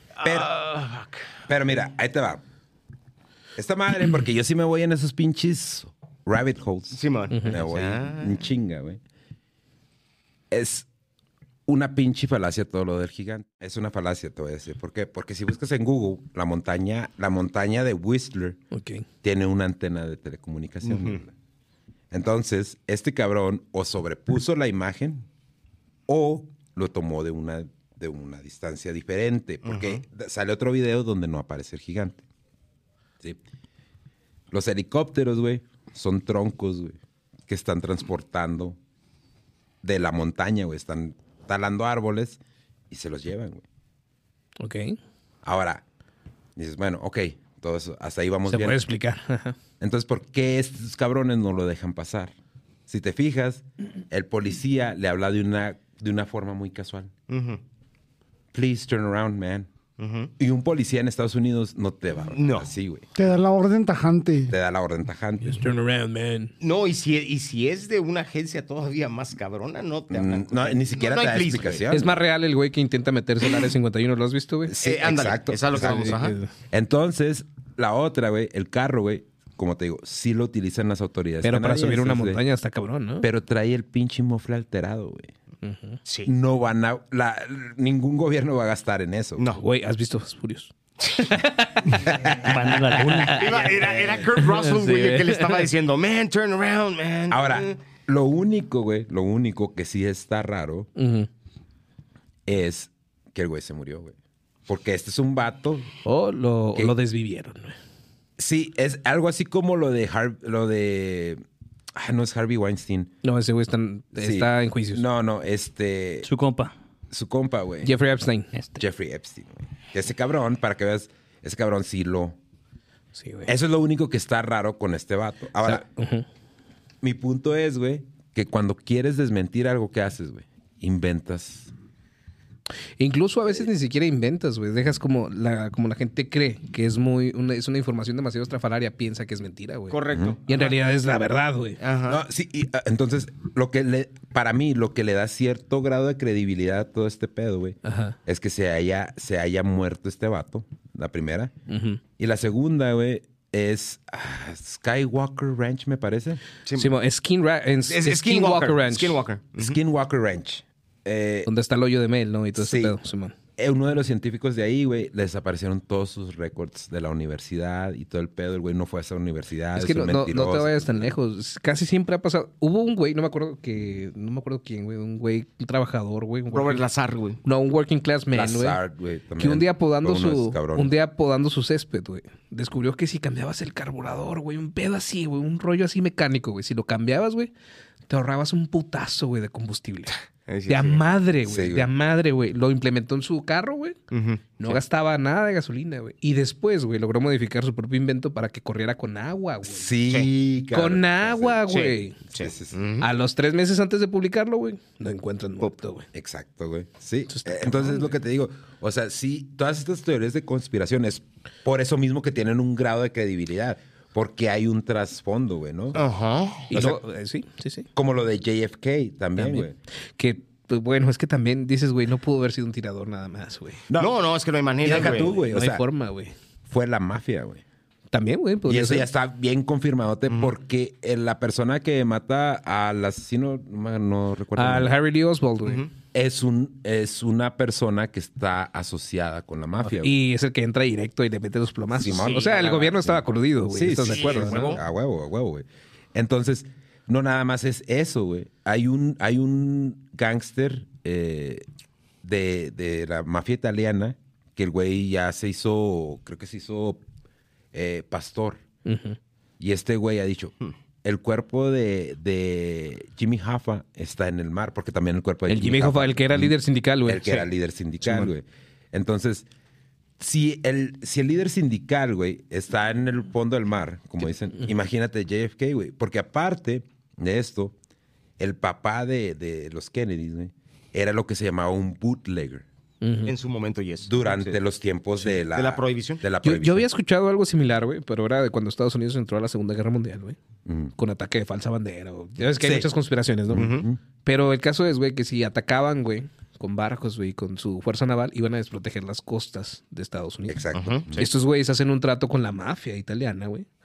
Pero mira, ahí te va. Esta madre, porque yo sí me voy en esos pinches rabbit holes. Simón. Me voy Ah. en chinga, güey. Es una pinche falacia todo lo del gigante. Es una falacia, te voy a decir. ¿Por qué? Porque si buscas en Google, la montaña de Whistler tiene una antena de telecomunicación. Entonces, este cabrón o sobrepuso la imagen o lo tomó de una distancia diferente. Porque sale otro video donde no aparece el gigante. ¿Sí? Los helicópteros, güey, son troncos, güey, que están transportando de la montaña, güey. Están talando árboles y se los llevan, güey. Ok. Ahora, dices, bueno, ok, todo eso, hasta ahí vamos bien. Se puede explicar. Entonces, ¿por qué estos cabrones no lo dejan pasar? Si te fijas, el policía le habla de una forma muy casual. Please turn around, man. Y un policía en Estados Unidos no te va a hablar así, güey. Te da la orden tajante. Te da la orden tajante. Just turn around, man. No, y si es de una agencia todavía más cabrona, no te hablan. No, ni siquiera te da please, explicación. Es más real el güey que intenta meterse al área 51. ¿Lo has visto, güey? Sí, ándale, exacto. esa es lo que vamos, ajá. Entonces, la otra, güey, el carro, güey, como te digo, sí lo utilizan las autoridades. Pero para subir una canadienses, montaña está cabrón, ¿no? Pero trae el pinche mofle alterado, güey. Sí. No van a... ningún gobierno va a gastar en eso. No. Güey, ¿has visto Fast Furious? Van a la luna. Era Kurt Russell, güey, el que le estaba diciendo, man, turn around, man. Ahora, lo único que sí está raro es que el güey se murió, güey. Porque este es un vato... O lo desvivieron, güey. Sí, es algo así como lo de... no es Harvey Weinstein. No, ese güey está en juicios. No, Su compa. su compa, güey. Jeffrey Epstein. Jeffrey Epstein, güey. Ese cabrón, para que veas, ese cabrón sí lo... Sí, güey. Eso es lo único que está raro con este vato. Ahora, mi punto es, güey, que cuando quieres desmentir algo que haces, güey, inventas... Incluso a veces ni siquiera inventas, güey. Dejas como la gente cree que es una información demasiado estrafalaria, piensa que es mentira, güey. Correcto. Y en realidad es la verdad, güey. No, sí, entonces, para mí, lo que le da cierto grado de credibilidad a todo este pedo, güey, es que se haya muerto este vato, la primera. Y la segunda, güey, es Skywalker Ranch, me parece. Sí, es Skinwalker Ranch. Skinwalker Ranch. Donde está el hoyo de Mel, ¿no? Y todo ese pedo, Simón. Uno de los científicos de ahí, güey, le desaparecieron todos sus récords de la universidad y todo el pedo. El güey no fue a esa universidad. Es que no te vayas tan lejos. Casi siempre ha pasado. Hubo un güey, no me acuerdo quién, güey. Un güey, un trabajador, güey. Robert Lazar, güey. No, un working class man, güey. Que un día podando su césped, güey, descubrió que si cambiabas el carburador, güey, un pedo así, güey, un rollo así mecánico, güey. Si lo cambiabas, güey, te ahorrabas un putazo, güey, de combustible. De a madre, güey. Sí, de a madre, güey. Lo implementó en su carro, güey. No gastaba nada de gasolina, güey. Y después, güey, logró modificar su propio invento para que corriera con agua, güey. Sí, cabrón. Con agua, güey. Sí. A los 3 meses antes de publicarlo, güey, lo encuentran muerto, güey. Exacto, güey. Sí. Entonces es lo que te digo. O sea, sí, todas estas teorías de conspiración es por eso mismo que tienen un grado de credibilidad. Porque hay un trasfondo, güey, ¿no? Ajá. Y sí. Como lo de JFK también, güey. Que, pues, bueno, es que también dices, güey, no pudo haber sido un tirador nada más, güey. No, es que no hay manera, Y deja tú, güey. No hay forma, güey. Fue la mafia, güey. También, güey. Y eso ya está bien confirmadote porque la persona que mata al asesino, no recuerdo. Al Harry Lee Oswald, güey. Es una persona que está asociada con la mafia, güey. Y es el que entra directo y le mete los plomazos. Simón. O sea, el gobierno estaba coludido, güey. Sí, ¿Estás de acuerdo? sí, ¿no? A huevo, güey. Entonces, no nada más es eso, güey. Hay un gángster de la mafia italiana que el güey ya creo que se hizo pastor. Y este güey ha dicho, el cuerpo de Jimmy Hoffa está en el mar, porque también el cuerpo de Jimmy Hoffa, el que era líder sindical, güey. El que era líder sindical, güey. Entonces, si el líder sindical, güey, está en el fondo del mar, como dicen, imagínate JFK, güey. Porque aparte de esto, el papá de los Kennedys, güey, era lo que se llamaba un bootlegger. En su momento, yes. Durante los tiempos de la prohibición. Yo había escuchado algo similar, güey, pero era de cuando Estados Unidos entró a la Segunda Guerra Mundial, güey. Con ataque de falsa bandera. Ya ves que hay muchas conspiraciones, ¿no? Pero el caso es, güey, que si atacaban, güey, con barcos, güey, con su fuerza naval, iban a desproteger las costas de Estados Unidos. Exacto. Estos güeyes hacen un trato con la mafia italiana, güey,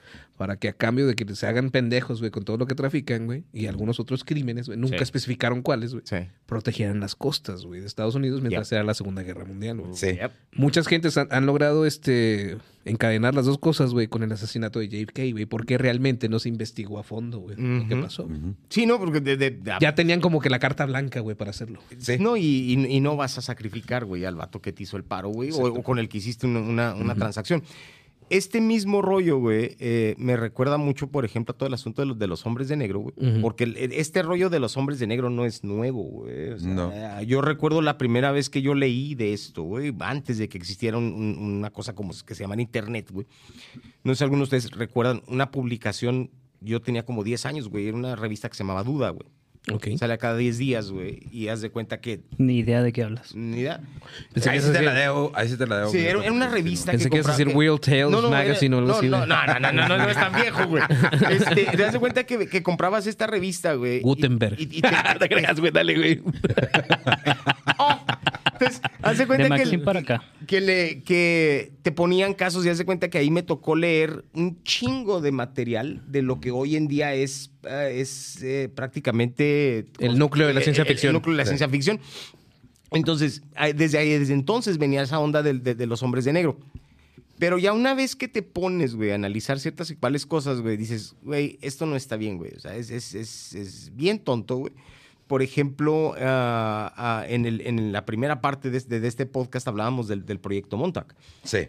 para que a cambio de que se hagan pendejos, güey, con todo lo que trafican, güey, y algunos otros crímenes, güey, nunca especificaron cuáles, güey, protegieran las costas, güey, de Estados Unidos mientras era la Segunda Guerra Mundial, güey. Sí. Muchas gentes han logrado encadenar las dos cosas, güey, con el asesinato de JFK, güey, porque realmente no se investigó a fondo, güey, lo que pasó. Sí, no, porque ya tenían como que la carta blanca, güey, para hacerlo. Sí. No, y no vas a sacrificar, güey, al vato que te hizo el paro, güey, o con el que hiciste una transacción. Este mismo rollo, güey, me recuerda mucho, por ejemplo, a todo el asunto de los hombres de negro, güey. Porque este rollo de los hombres de negro no es nuevo, güey. O sea, yo recuerdo la primera vez que yo leí de esto, güey, antes de que existiera una cosa como que se llama Internet, güey. No sé si algunos de ustedes recuerdan una publicación, yo tenía como 10 años, güey, era una revista que se llamaba Duda, güey. Okay. Sale cada 10 días, güey, y haz de cuenta que... Ni idea de qué hablas. Ni idea. Ahí sí te la debo. Sí, era una revista Pensé que ibas a decir Wheel Tales Magazine o algo así. No es tan viejo, güey. Te das de cuenta que comprabas esta revista, güey. Gutenberg. Te creas, güey, dale, güey. Entonces, haz de cuenta de Maxim para acá. que te ponían casos y haz de cuenta que ahí me tocó leer un chingo de material de lo que hoy en día es prácticamente... El núcleo de la ciencia ficción. El núcleo de la ciencia ficción. Entonces, desde entonces venía esa onda de los hombres de negro. Pero ya una vez que te pones, güey, a analizar ciertas y cuáles cosas, güey, dices, güey, esto no está bien, güey. O sea, es bien tonto, güey. Por ejemplo, en la primera parte de este podcast hablábamos del proyecto Montauk. Sí.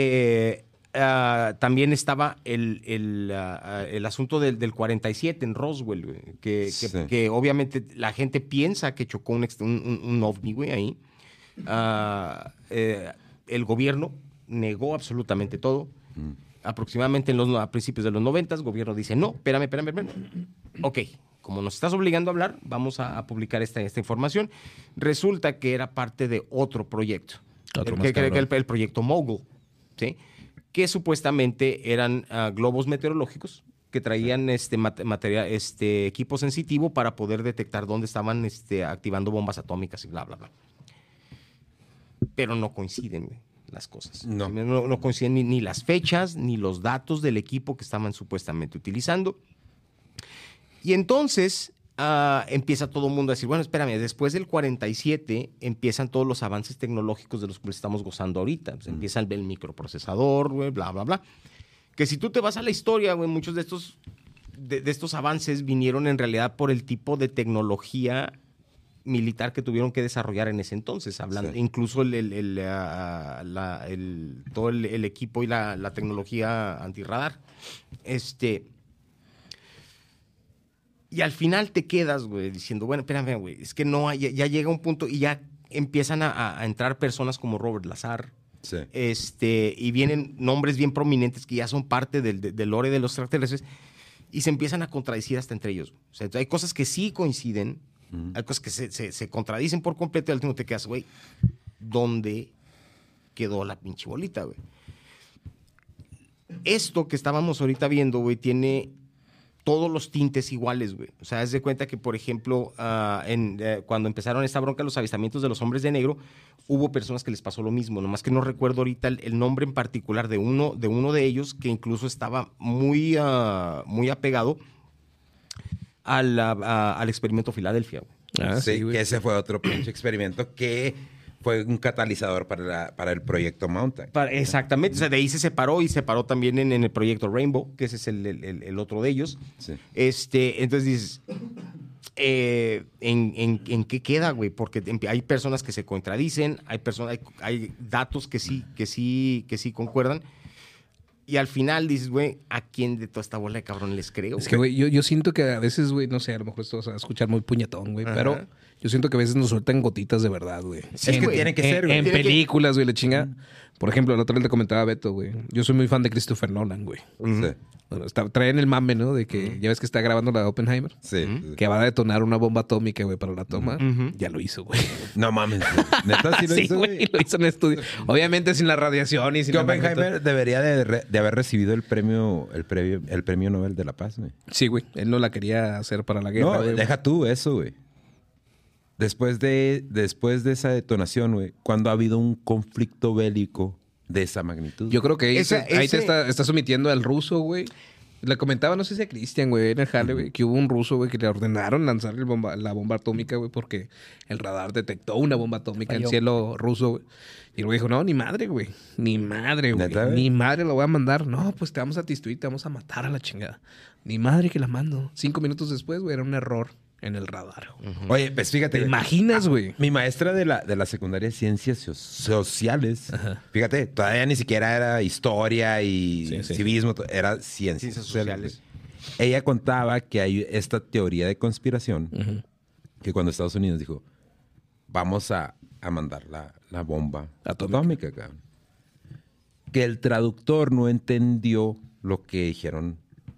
También estaba el asunto del 47 en Roswell, güey, que obviamente la gente piensa que chocó un ovni, güey, ahí. El gobierno negó absolutamente todo. Aproximadamente a principios de los 90, el gobierno dice, no, espérame. Ok, como nos estás obligando a hablar, vamos a publicar esta información. Resulta que era parte de otro proyecto, el proyecto Mogul, ¿sí? Que supuestamente eran globos meteorológicos que traían equipo sensitivo para poder detectar dónde estaban activando bombas atómicas y bla, bla, bla. Pero no coinciden, güey, las cosas. No coinciden ni las fechas, ni los datos del equipo que estaban supuestamente utilizando. Y entonces empieza todo el mundo a decir, bueno, espérame, después del 47 empiezan todos los avances tecnológicos de los que estamos gozando ahorita. Pues empieza el microprocesador, güey, bla, bla, bla. Que si tú te vas a la historia, güey, muchos de estos avances vinieron en realidad por el tipo de tecnología militar que tuvieron que desarrollar en ese entonces, hablando, incluso todo el equipo y la tecnología antirradar. Y al final te quedas, güey, diciendo, bueno, espérame, güey, es que no, ya llega un punto y ya empiezan a entrar personas como Robert Lazar. Sí. Y vienen nombres bien prominentes que ya son parte del lore de los extraterrestres y se empiezan a contradecir hasta entre ellos. O sea, hay cosas que sí coinciden, hay cosas que se contradicen por completo y al último te quedas, güey, ¿dónde quedó la pinche bolita, güey? Esto que estábamos ahorita viendo, güey, tiene todos los tintes iguales, güey. O sea, haz de cuenta que, por ejemplo, cuando empezaron esta bronca, los avistamientos de los hombres de negro, hubo personas que les pasó lo mismo. Nomás que no recuerdo ahorita el nombre en particular de uno de ellos que incluso estaba muy apegado al experimento Filadelfia, güey. Sí, que ese fue otro pinche experimento que fue un catalizador para el proyecto Montauk. Exactamente. O sea, de ahí se separó y separó también en el proyecto Rainbow, que ese es el otro de ellos. Sí. Entonces dices, ¿en qué queda, güey? Porque hay personas que se contradicen, hay datos que sí concuerdan. Y al final dices, güey, ¿a quién de toda esta bola de cabrón les creo? Es que, güey, yo siento que a veces, güey, no sé, a lo mejor esto se va a escuchar muy puñetón, güey, pero yo siento que a veces nos sueltan gotitas de verdad, güey. Sí, es que tiene que ser, güey. En películas, güey, le chinga. Por ejemplo, el otro día le comentaba a Beto, güey. Yo soy muy fan de Christopher Nolan, güey. Sí. Bueno, traen el mame, ¿no? De que ya ves que está grabando la de Oppenheimer. Sí. Que va a detonar una bomba atómica, güey, para la toma. Ya lo hizo, güey. No mames. ¿Neta sí lo hizo, güey? Lo hizo en estudio. Obviamente sin la radiación y sin que Oppenheimer debería de haber recibido el premio Nobel de la Paz, güey. Sí, güey. Él no la quería hacer para la guerra, No, güey. deja tú eso, güey. Después de esa detonación, güey, cuando ha habido un conflicto bélico de esa magnitud. Yo creo que ahí, ahí te ese- está sometiendo al ruso, güey. Le comentaba, no sé si a Cristian, güey, en el jale, güey, que hubo un ruso, güey, que le ordenaron lanzar la bomba atómica, güey, porque el radar detectó una bomba atómica en Falló. cielo ruso, güey. Y el güey dijo, no, ni madre, güey. Ni madre, güey. ¿Neta, güey? Ni madre lo voy a mandar. No, pues te vamos a destruir, te vamos a matar a la chingada. Ni madre que la mando. 5 minutos después, güey, era un error en el radar, güey. Oye, pues fíjate. ¿Te imaginas, güey? Mi maestra de la secundaria de ciencias sociales, fíjate, todavía ni siquiera era historia y Sí, sí. civismo, era ciencias Ciencias sociales. sociales. Ella contaba que hay esta teoría de conspiración que cuando Estados Unidos dijo, vamos a mandar la bomba atómica, cabrón. Que el traductor no entendió lo que dijeron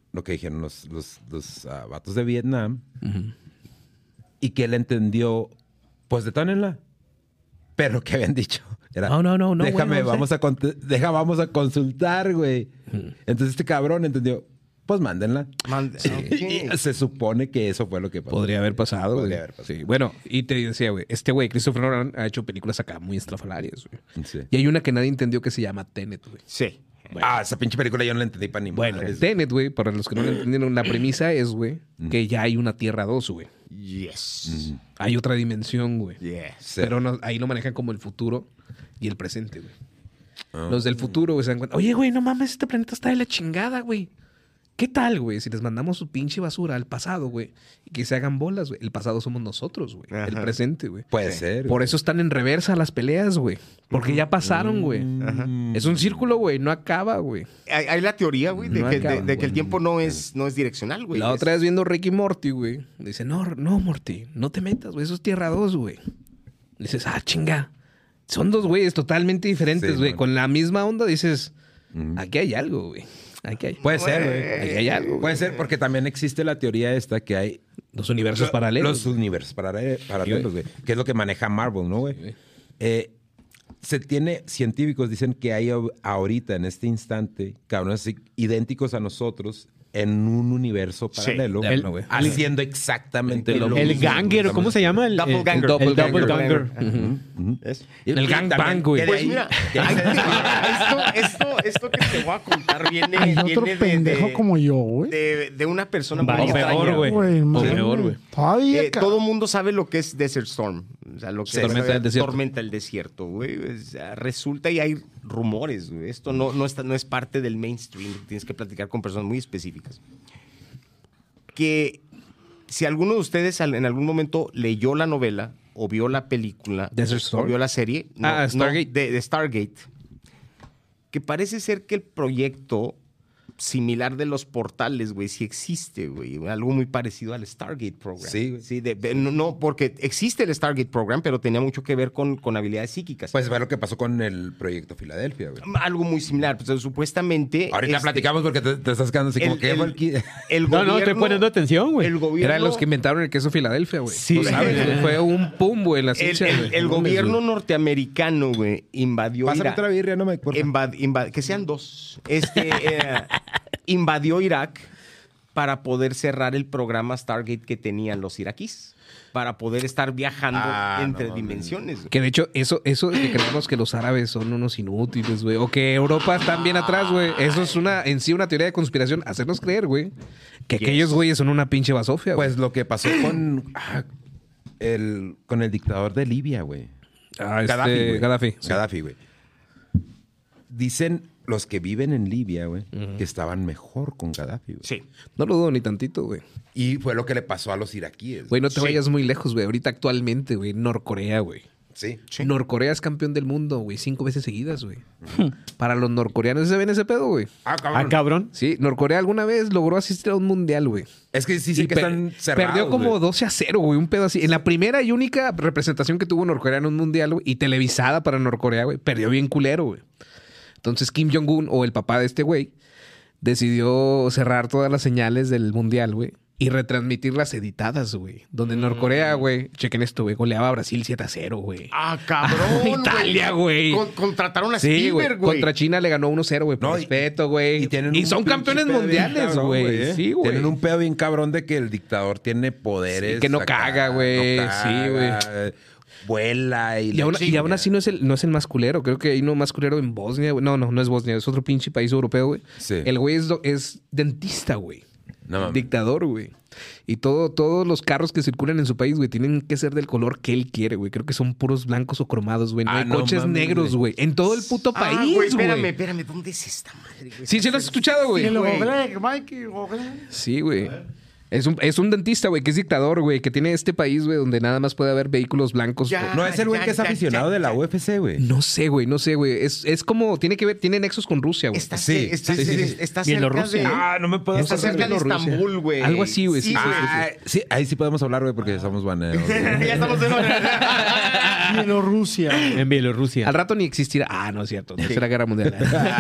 los vatos de Vietnam. Y que él entendió, pues detónenla. Pero lo que habían dicho era, No, déjame, güey, no sé. vamos a consultar, güey. Entonces este cabrón entendió, pues mándenla. Y se supone que eso fue lo que pasó. Podría haber pasado, güey. Podría haber pasado. Sí, bueno, y te decía, güey, este güey, Christopher Nolan, ha hecho películas acá muy estrafalarias, güey. Sí. Y hay una que nadie entendió que se llama Tenet, güey. Sí. Esa pinche película yo no la entendí para ni Bueno, madres. Tenet, güey, para los que no lo entendieron, la premisa es, güey, que ya hay una Tierra 2, güey. Yes. Hay otra dimensión, güey. Yes. Sí. Pero ahí lo manejan como el futuro y el presente, güey. Ah. Los del futuro, güey, se dan cuenta. Oye, güey, no mames, este planeta está de la chingada, güey. ¿Qué tal, güey? Si les mandamos su pinche basura al pasado, güey, y que se hagan bolas, güey. El pasado somos nosotros, güey. El Ajá. presente, güey. Puede ser. Por eso están en reversa las peleas, güey. Porque ya pasaron, güey. Es un círculo, güey. No acaba, güey. Hay la teoría, güey, de, No que, acaba, de que güey. el tiempo no es direccional, güey. La Es- otra vez viendo Rick y Morty, güey. Dice, no, Morty, no te metas, güey. Eso es Tierra 2, güey. Dices, chinga. Son dos güeyes totalmente diferentes, Sí, güey. man. Con la misma onda dices, aquí hay algo, güey. Aquí hay. Puede ser, güey. Aquí hay algo. güey. Puede ser, porque también existe la teoría esta que hay Los universos paralelos. Los universos paralelos, güey. Que es lo que maneja Marvel, ¿no, güey? Científicos dicen que hay ahorita, en este instante, cabrones idénticos a nosotros en un universo paralelo, El- güey. haciendo exactamente lo El mismo. ganger, ¿cómo se llama? Doppelganger. El doppelganger. ¿Es? El gangbang, güey. Pues mira, esto que te voy a contar viene, Hay otro viene pendejo como yo, güey. de una persona Vale, muy o extraña. peor, güey. Güey, O mames. peor, güey. Todavía, Todo el mundo sabe lo que es Desert Storm. O sea, lo que es Tormenta del desierto. Tormenta del desierto, güey. O sea, resulta y hay rumores, güey. Esto no es parte del mainstream. Tienes que platicar con personas muy específicas. Que si alguno de ustedes en algún momento leyó la novela o vio la película Desert Storm. o vio la serie Stargate. de Stargate, que parece ser que el proyecto similar de los portales, güey, sí existe, güey. Algo muy parecido al Stargate Program. Sí, güey. Sí, no, porque existe el Stargate Program, pero tenía mucho que ver con habilidades psíquicas. Pues ve lo que pasó con el proyecto Filadelfia, güey. Algo muy similar. Pues, supuestamente... Ahorita platicamos porque te estás quedando así como que... el No, no, estoy gobierno- poniendo atención, güey. El gobierno... Eran los que inventaron el queso Filadelfia, güey. Sí. Lo sabes, güey. Fue un pum, güey, en la ciencia, güey. el No mames, gobierno güey. norteamericano, güey, invadió Pásame Irak. otra birria, no me acuerdo. Que sean dos. Invadió Irak para poder cerrar el programa Stargate que tenían los iraquíes. Para poder estar viajando entre no, dimensiones. güey. Que de hecho, eso de que creemos que los árabes son unos inútiles, güey. O que Europa están bien atrás, güey. Eso es una teoría de conspiración. Hacernos creer, güey, que aquellos güeyes son una pinche basofia, güey. Pues lo que pasó con el dictador de Libia, güey. Gaddafi. Gaddafi, Sí. Gaddafi, güey. Dicen los que viven en Libia, güey, que estaban mejor con Gaddafi, güey. Sí. No lo dudo ni tantito, güey. Y fue lo que le pasó a los iraquíes. Güey, no te vayas muy lejos, güey. Ahorita actualmente, güey, Norcorea, güey. Sí. Norcorea es campeón del mundo, güey, 5 veces seguidas, güey. Para los norcoreanos, ¿se ven ese pedo, güey? Ah, Ah, cabrón. Sí, Norcorea alguna vez logró asistir a un mundial, güey. Es que sí sé Y que están cerrados, perdió como güey. 12-0, güey, un pedo así. En la primera y única representación que tuvo Norcorea en un mundial, güey, y televisada para Norcorea, güey, perdió bien culero, güey. Entonces Kim Jong-un, o el papá de este güey, decidió cerrar todas las señales del mundial, güey, y retransmitirlas editadas, güey. Donde Norcorea, güey, chequen esto, güey, goleaba a Brasil 7-0, güey. Ah, cabrón. Italia, güey. Contrataron a Sí, güey. Spielberg, güey. Contra China le ganó 1-0, güey. Por No, respeto, güey. Y son campeones mundiales, güey. Sí, güey. Tienen un pedo bien cabrón de que el dictador tiene poderes. Sí, que no caga, güey. no caga. Sí, güey. vuela y aún así no es el más culero. Creo que hay uno más culero en Bosnia, güey. No es Bosnia. Es otro pinche país europeo, güey. Sí. El güey es dentista, güey. No mames. Dictador, güey. Y todos los carros que circulan en su país, güey, tienen que ser del color que él quiere, güey. Creo que son puros blancos o cromados, güey. No hay coches negros, güey. En todo el puto país, güey. Espérame. ¿Dónde es esta madre, güey? Sí, lo has escuchado, güey. Que lo googleé, Mikey, googleé. Sí, güey. Es un dentista, güey, que es dictador, güey, que tiene este país, güey, donde nada más puede haber vehículos blancos. Ya. No es el güey que es aficionado de la UFC, güey. No sé, güey. Es como, tiene nexos con Rusia, güey. Está Sí, cerca Bielorrusia. de... No me puedo Está acordar. cerca de Estambul, güey. Algo así, güey. Sí, Sí, ahí sí podemos hablar, güey, porque somos baneados. Ya estamos de Bielorrusia. En Bielorrusia. Al rato ni existirá. Ah, no es cierto. Tercera Guerra Mundial.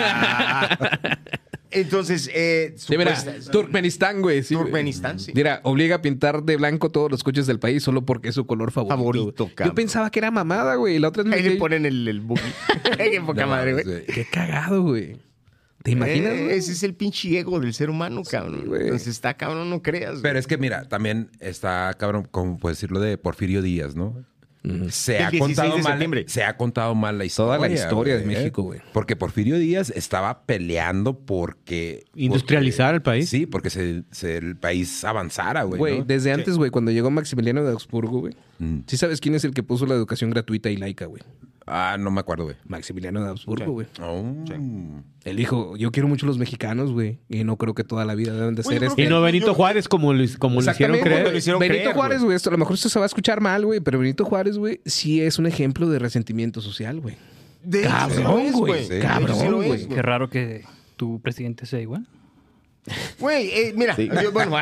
Entonces, Sí, mira, Turkmenistán, güey. Sí, güey. Turkmenistán, sí. Mira, obliga a pintar de blanco todos los coches del país solo porque es su color favorito. cabrón. Yo pensaba que era mamada, güey. La otra Ahí le ponen el buggy. Qué poca madre, güey. Qué cagado, güey. ¿Te imaginas, güey? Ese es el pinche ego del ser humano, cabrón. güey. Entonces está cabrón, no creas. Pero es que, mira, también está, cabrón, como puedes decirlo, de Porfirio Díaz, ¿no? Se El ha 16 contado de mal, septiembre. se ha contado mal la historia. Toda la historia de güey, México, güey. Porque Porfirio Díaz estaba peleando porque... Industrializar el país. Sí, porque el país avanzara, güey. Güey, ¿no? desde antes, güey, cuando llegó Maximiliano de Habsburgo, güey. ¿Sí sabes quién es el que puso la educación gratuita y laica, güey? Ah, no me acuerdo, güey. Maximiliano de Habsburgo, güey. Oh. Él dijo, yo quiero mucho a los mexicanos, güey. Y no creo que toda la vida deben de Oye, ser creo Y no Benito Juárez como lo hicieron Exactamente, creer. güey. Lo hicieron Benito creer, Juárez, güey. güey, a lo mejor esto se va a escuchar mal, güey, pero Benito Juárez, güey, sí es un ejemplo de resentimiento social, güey. De hecho, Cabrón, sí lo es, güey. Sí. Cabrón, De hecho, sí lo es, güey. Qué raro que tu presidente sea igual. Güey, mira, qué bueno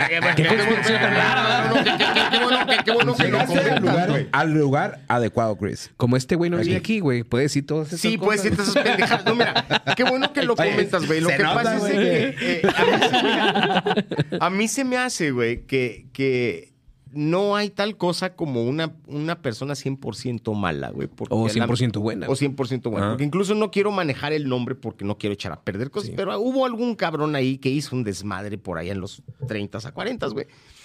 que lo comentas, güey. Al lugar adecuado, Chris. Como este güey no vive aquí, güey, puede decir todas esas Sí, cosas. puedes decir esas pendejadas. No, mira, qué bueno que lo comentas, güey. Lo se que nota, pasa güey. es que a mí se me hace, güey, que no hay tal cosa como una persona 100% mala, güey. porque O 100% buena. O 100% buena. Ajá. Porque incluso no quiero manejar el nombre porque no quiero echar a perder cosas. Sí. Pero hubo algún cabrón ahí que hizo un desmadre por allá en los 30 a 40, güey.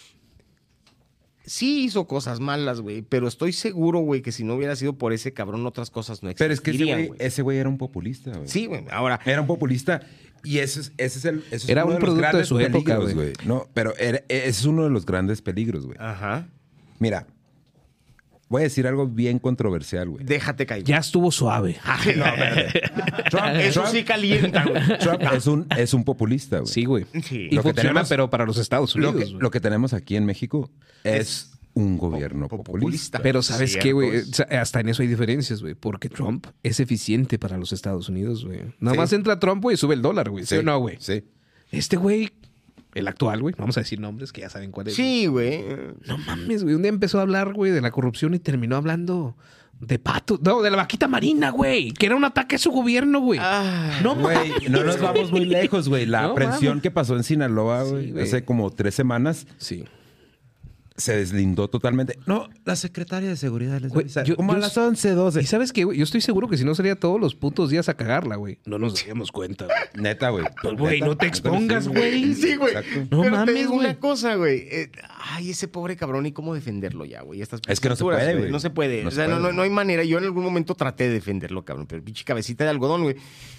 Sí hizo cosas malas, güey, pero estoy seguro, güey, que si no hubiera sido por ese cabrón, otras cosas no Pero es que existirían, ese güey era un populista, güey. Sí, güey, ahora... Era un populista y ese es Era uno un de los producto de grandes su época, peligros, güey. No, pero ese es uno de los grandes peligros, güey. Ajá. Mira, voy a decir algo bien controversial, güey. Déjate caer. Ya estuvo suave. Ay, no, espérate. Eso sí calienta, güey. Trump es un populista, güey. Sí, güey. Sí. Y Lo que funciona, tenemos- pero para los Estados Lo Unidos, que, güey. lo que tenemos aquí en México es un gobierno populista. Pero ¿sabes Cierto. qué, güey? Hasta en eso hay diferencias, güey. Porque Trump es eficiente para los Estados Unidos, güey. Nada Sí. más entra Trump, güey, y sube el dólar, güey. ¿Sí o no, güey? Sí. Este güey, el actual, güey, vamos a decir nombres que ya saben cuál es. Sí, güey. No mames, güey. Un día empezó a hablar, güey, de la corrupción y terminó hablando de pato. No, de la vaquita marina, güey. Que era un ataque a su gobierno, güey. No Güey, mames. no nos vamos muy lejos, güey. La No aprehensión mames. que pasó en Sinaloa, güey, Sí, güey. hace como 3 semanas, Sí. se deslindó totalmente. No, la secretaria de seguridad les va a Güey, avisar. yo- Como yo- a las 11, 12. ¿Y sabes qué, güey? Yo estoy seguro que si no sería todos los putos días a cagarla, güey. No nos daríamos cuenta, güey. Neta, güey. Pues, güey, Neta, no te neta, expongas, sí, güey. Sí, güey. Exacto. No Pero mames, te digo güey. una cosa, güey. Ay, ese pobre cabrón, ¿y cómo defenderlo ya, güey? Estas Es que no se posturas, puede, güey. No se puede. No o se sea, puede. no hay manera. Yo en algún momento traté de defenderlo, cabrón. Pero pinche cabecita de algodón, güey.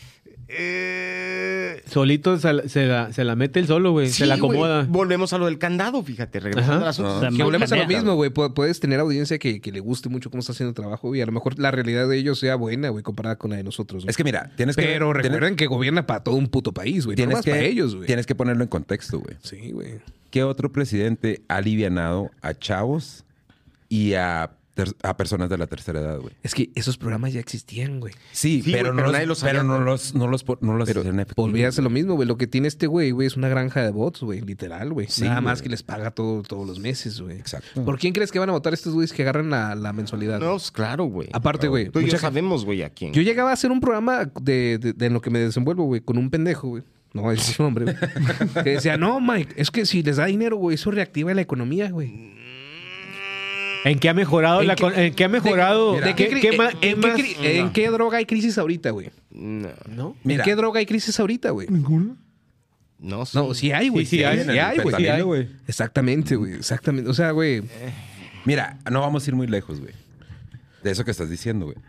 Solito se la mete el solo, güey. Sí, se la güey. acomoda. Volvemos a lo del candado, fíjate. Regresando Ajá. al asunto. O sea, Que volvemos a lo caneta, mismo, güey. Puedes tener audiencia que le guste mucho cómo está haciendo el trabajo, güey. A lo mejor la realidad de ellos sea buena, güey, comparada con la de nosotros, güey. Es que mira, tienes que... Pero tienes- recuerden que gobierna para todo un puto país, güey. No tienes más que, para ellos, güey. tienes que ponerlo en contexto, güey. Sí, güey. ¿Qué otro presidente ha alivianado a chavos y a personas de la tercera edad, güey? Es que esos programas ya existían, güey. Sí, Sí, pero, güey, no pero los, nadie los pero sabía. no los Pero hacían efectivos, volvías a lo güey. mismo, güey. Lo que tiene este güey, es una granja de bots, güey. Literal, güey. Sí, Nada güey. más que les paga todos los meses, güey. Exacto. ¿Por quién crees que van a votar estos güeyes que agarran la mensualidad? No, pues claro, güey. Aparte, güey. Tú y yo mucha- sabemos, güey, a quién. Yo llegaba a hacer un programa de en lo que me desenvuelvo, güey, con un pendejo, güey. No voy a decir su nombre, güey. Que decía, no, Mike, es que si les da dinero, güey, eso reactiva la economía, güey. ¿En qué ha mejorado ¿En la qué- con- ¿En qué ha mejorado? ¿De ¿Qué, qué, qué ma- en, qué más? ¿En qué droga hay crisis ahorita, güey? No, ¿No? Mira. ¿En qué droga hay crisis ahorita, güey? Ninguno. no, sí. No, sí hay, güey. Sí, sí hay, sí hay, güey. Fentanilo, Sí hay. güey. Exactamente, güey. Exactamente. O sea, güey. Mira, no vamos a ir muy lejos, güey. de eso que estás diciendo, güey.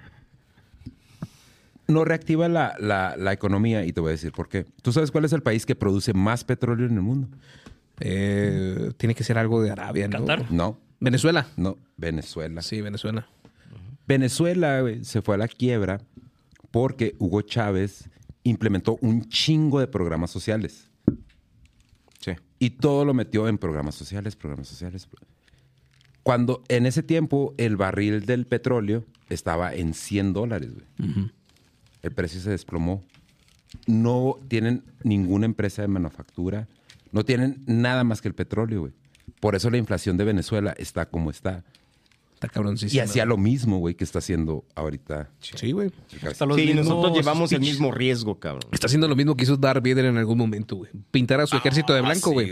No reactiva la economía y te voy a decir por qué. ¿Tú sabes cuál es el país que produce más petróleo en el mundo? Tiene que ser algo de Arabia, ¿no? ¿Qatar? No. ¿Venezuela? No, Venezuela. Sí, Venezuela. Venezuela, güey, se fue a la quiebra porque Hugo Chávez implementó un chingo de programas sociales. Sí. Y todo lo metió en programas sociales. Cuando en ese tiempo el barril del petróleo estaba en $100, güey. El precio se desplomó. No tienen ninguna empresa de manufactura. No tienen nada más que el petróleo, güey. Por eso la inflación de Venezuela está como está. Está cabroncísimo. Y hacía lo mismo, güey, que está haciendo ahorita. Sí, güey. Sí, nosotros llevamos el mismo riesgo, cabrón. Está haciendo lo mismo que hizo Darth Vader en algún momento, güey. Pintar a su ejército de blanco, güey.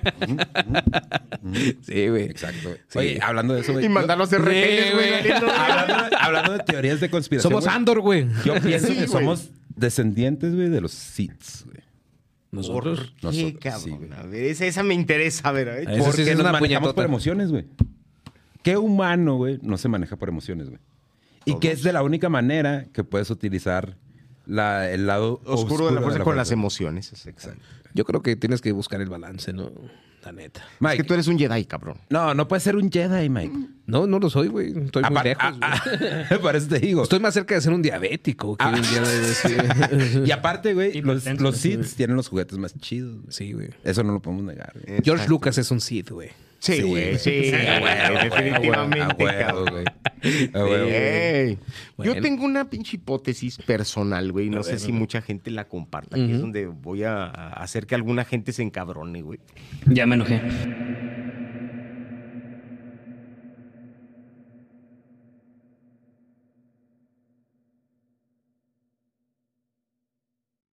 Sí, güey. Exacto. Güey. Sí. Oye, hablando de eso, güey. Y mandarlos de rehenes, güey. Hablando de teorías de conspiración. Somos güey, Andor, güey. Yo pienso Sí, que güey. somos descendientes, güey, de los Siths, güey. Nosotros. ¿Qué, Nosotros, cabrón? sí, güey. A ver, esa me interesa, a ver. Esa sí Porque es nos una manejamos puñetota. por emociones, güey. ¿Qué humano, güey, no se maneja por emociones, güey? Y que es de la única manera que puedes utilizar el lado Oscuro de la fuerza con las emociones. Exacto. Yo creo que tienes que buscar el balance, ¿no? La neta. Es Mike, que tú eres un Jedi, cabrón. no puedes ser un Jedi, Mike. No, no lo soy, güey. Estoy muy lejos, güey. Por eso te digo. Estoy más cerca de ser un diabético que un Jedi, sí. Y aparte, güey, los Hipertenso. Siths tienen los juguetes más chidos, güey. Sí, güey. Eso no lo podemos negar, güey. George Lucas es un Sith, güey. Sí, güey. Sí, güey. Definitivamente, cabrón. güey. A huevo, güey. Ey. Bueno. Yo tengo una pinche hipótesis personal, güey. No sé si mucha gente la comparta, que es donde voy a hacer que alguna gente se encabrone, güey. Ya me enojé.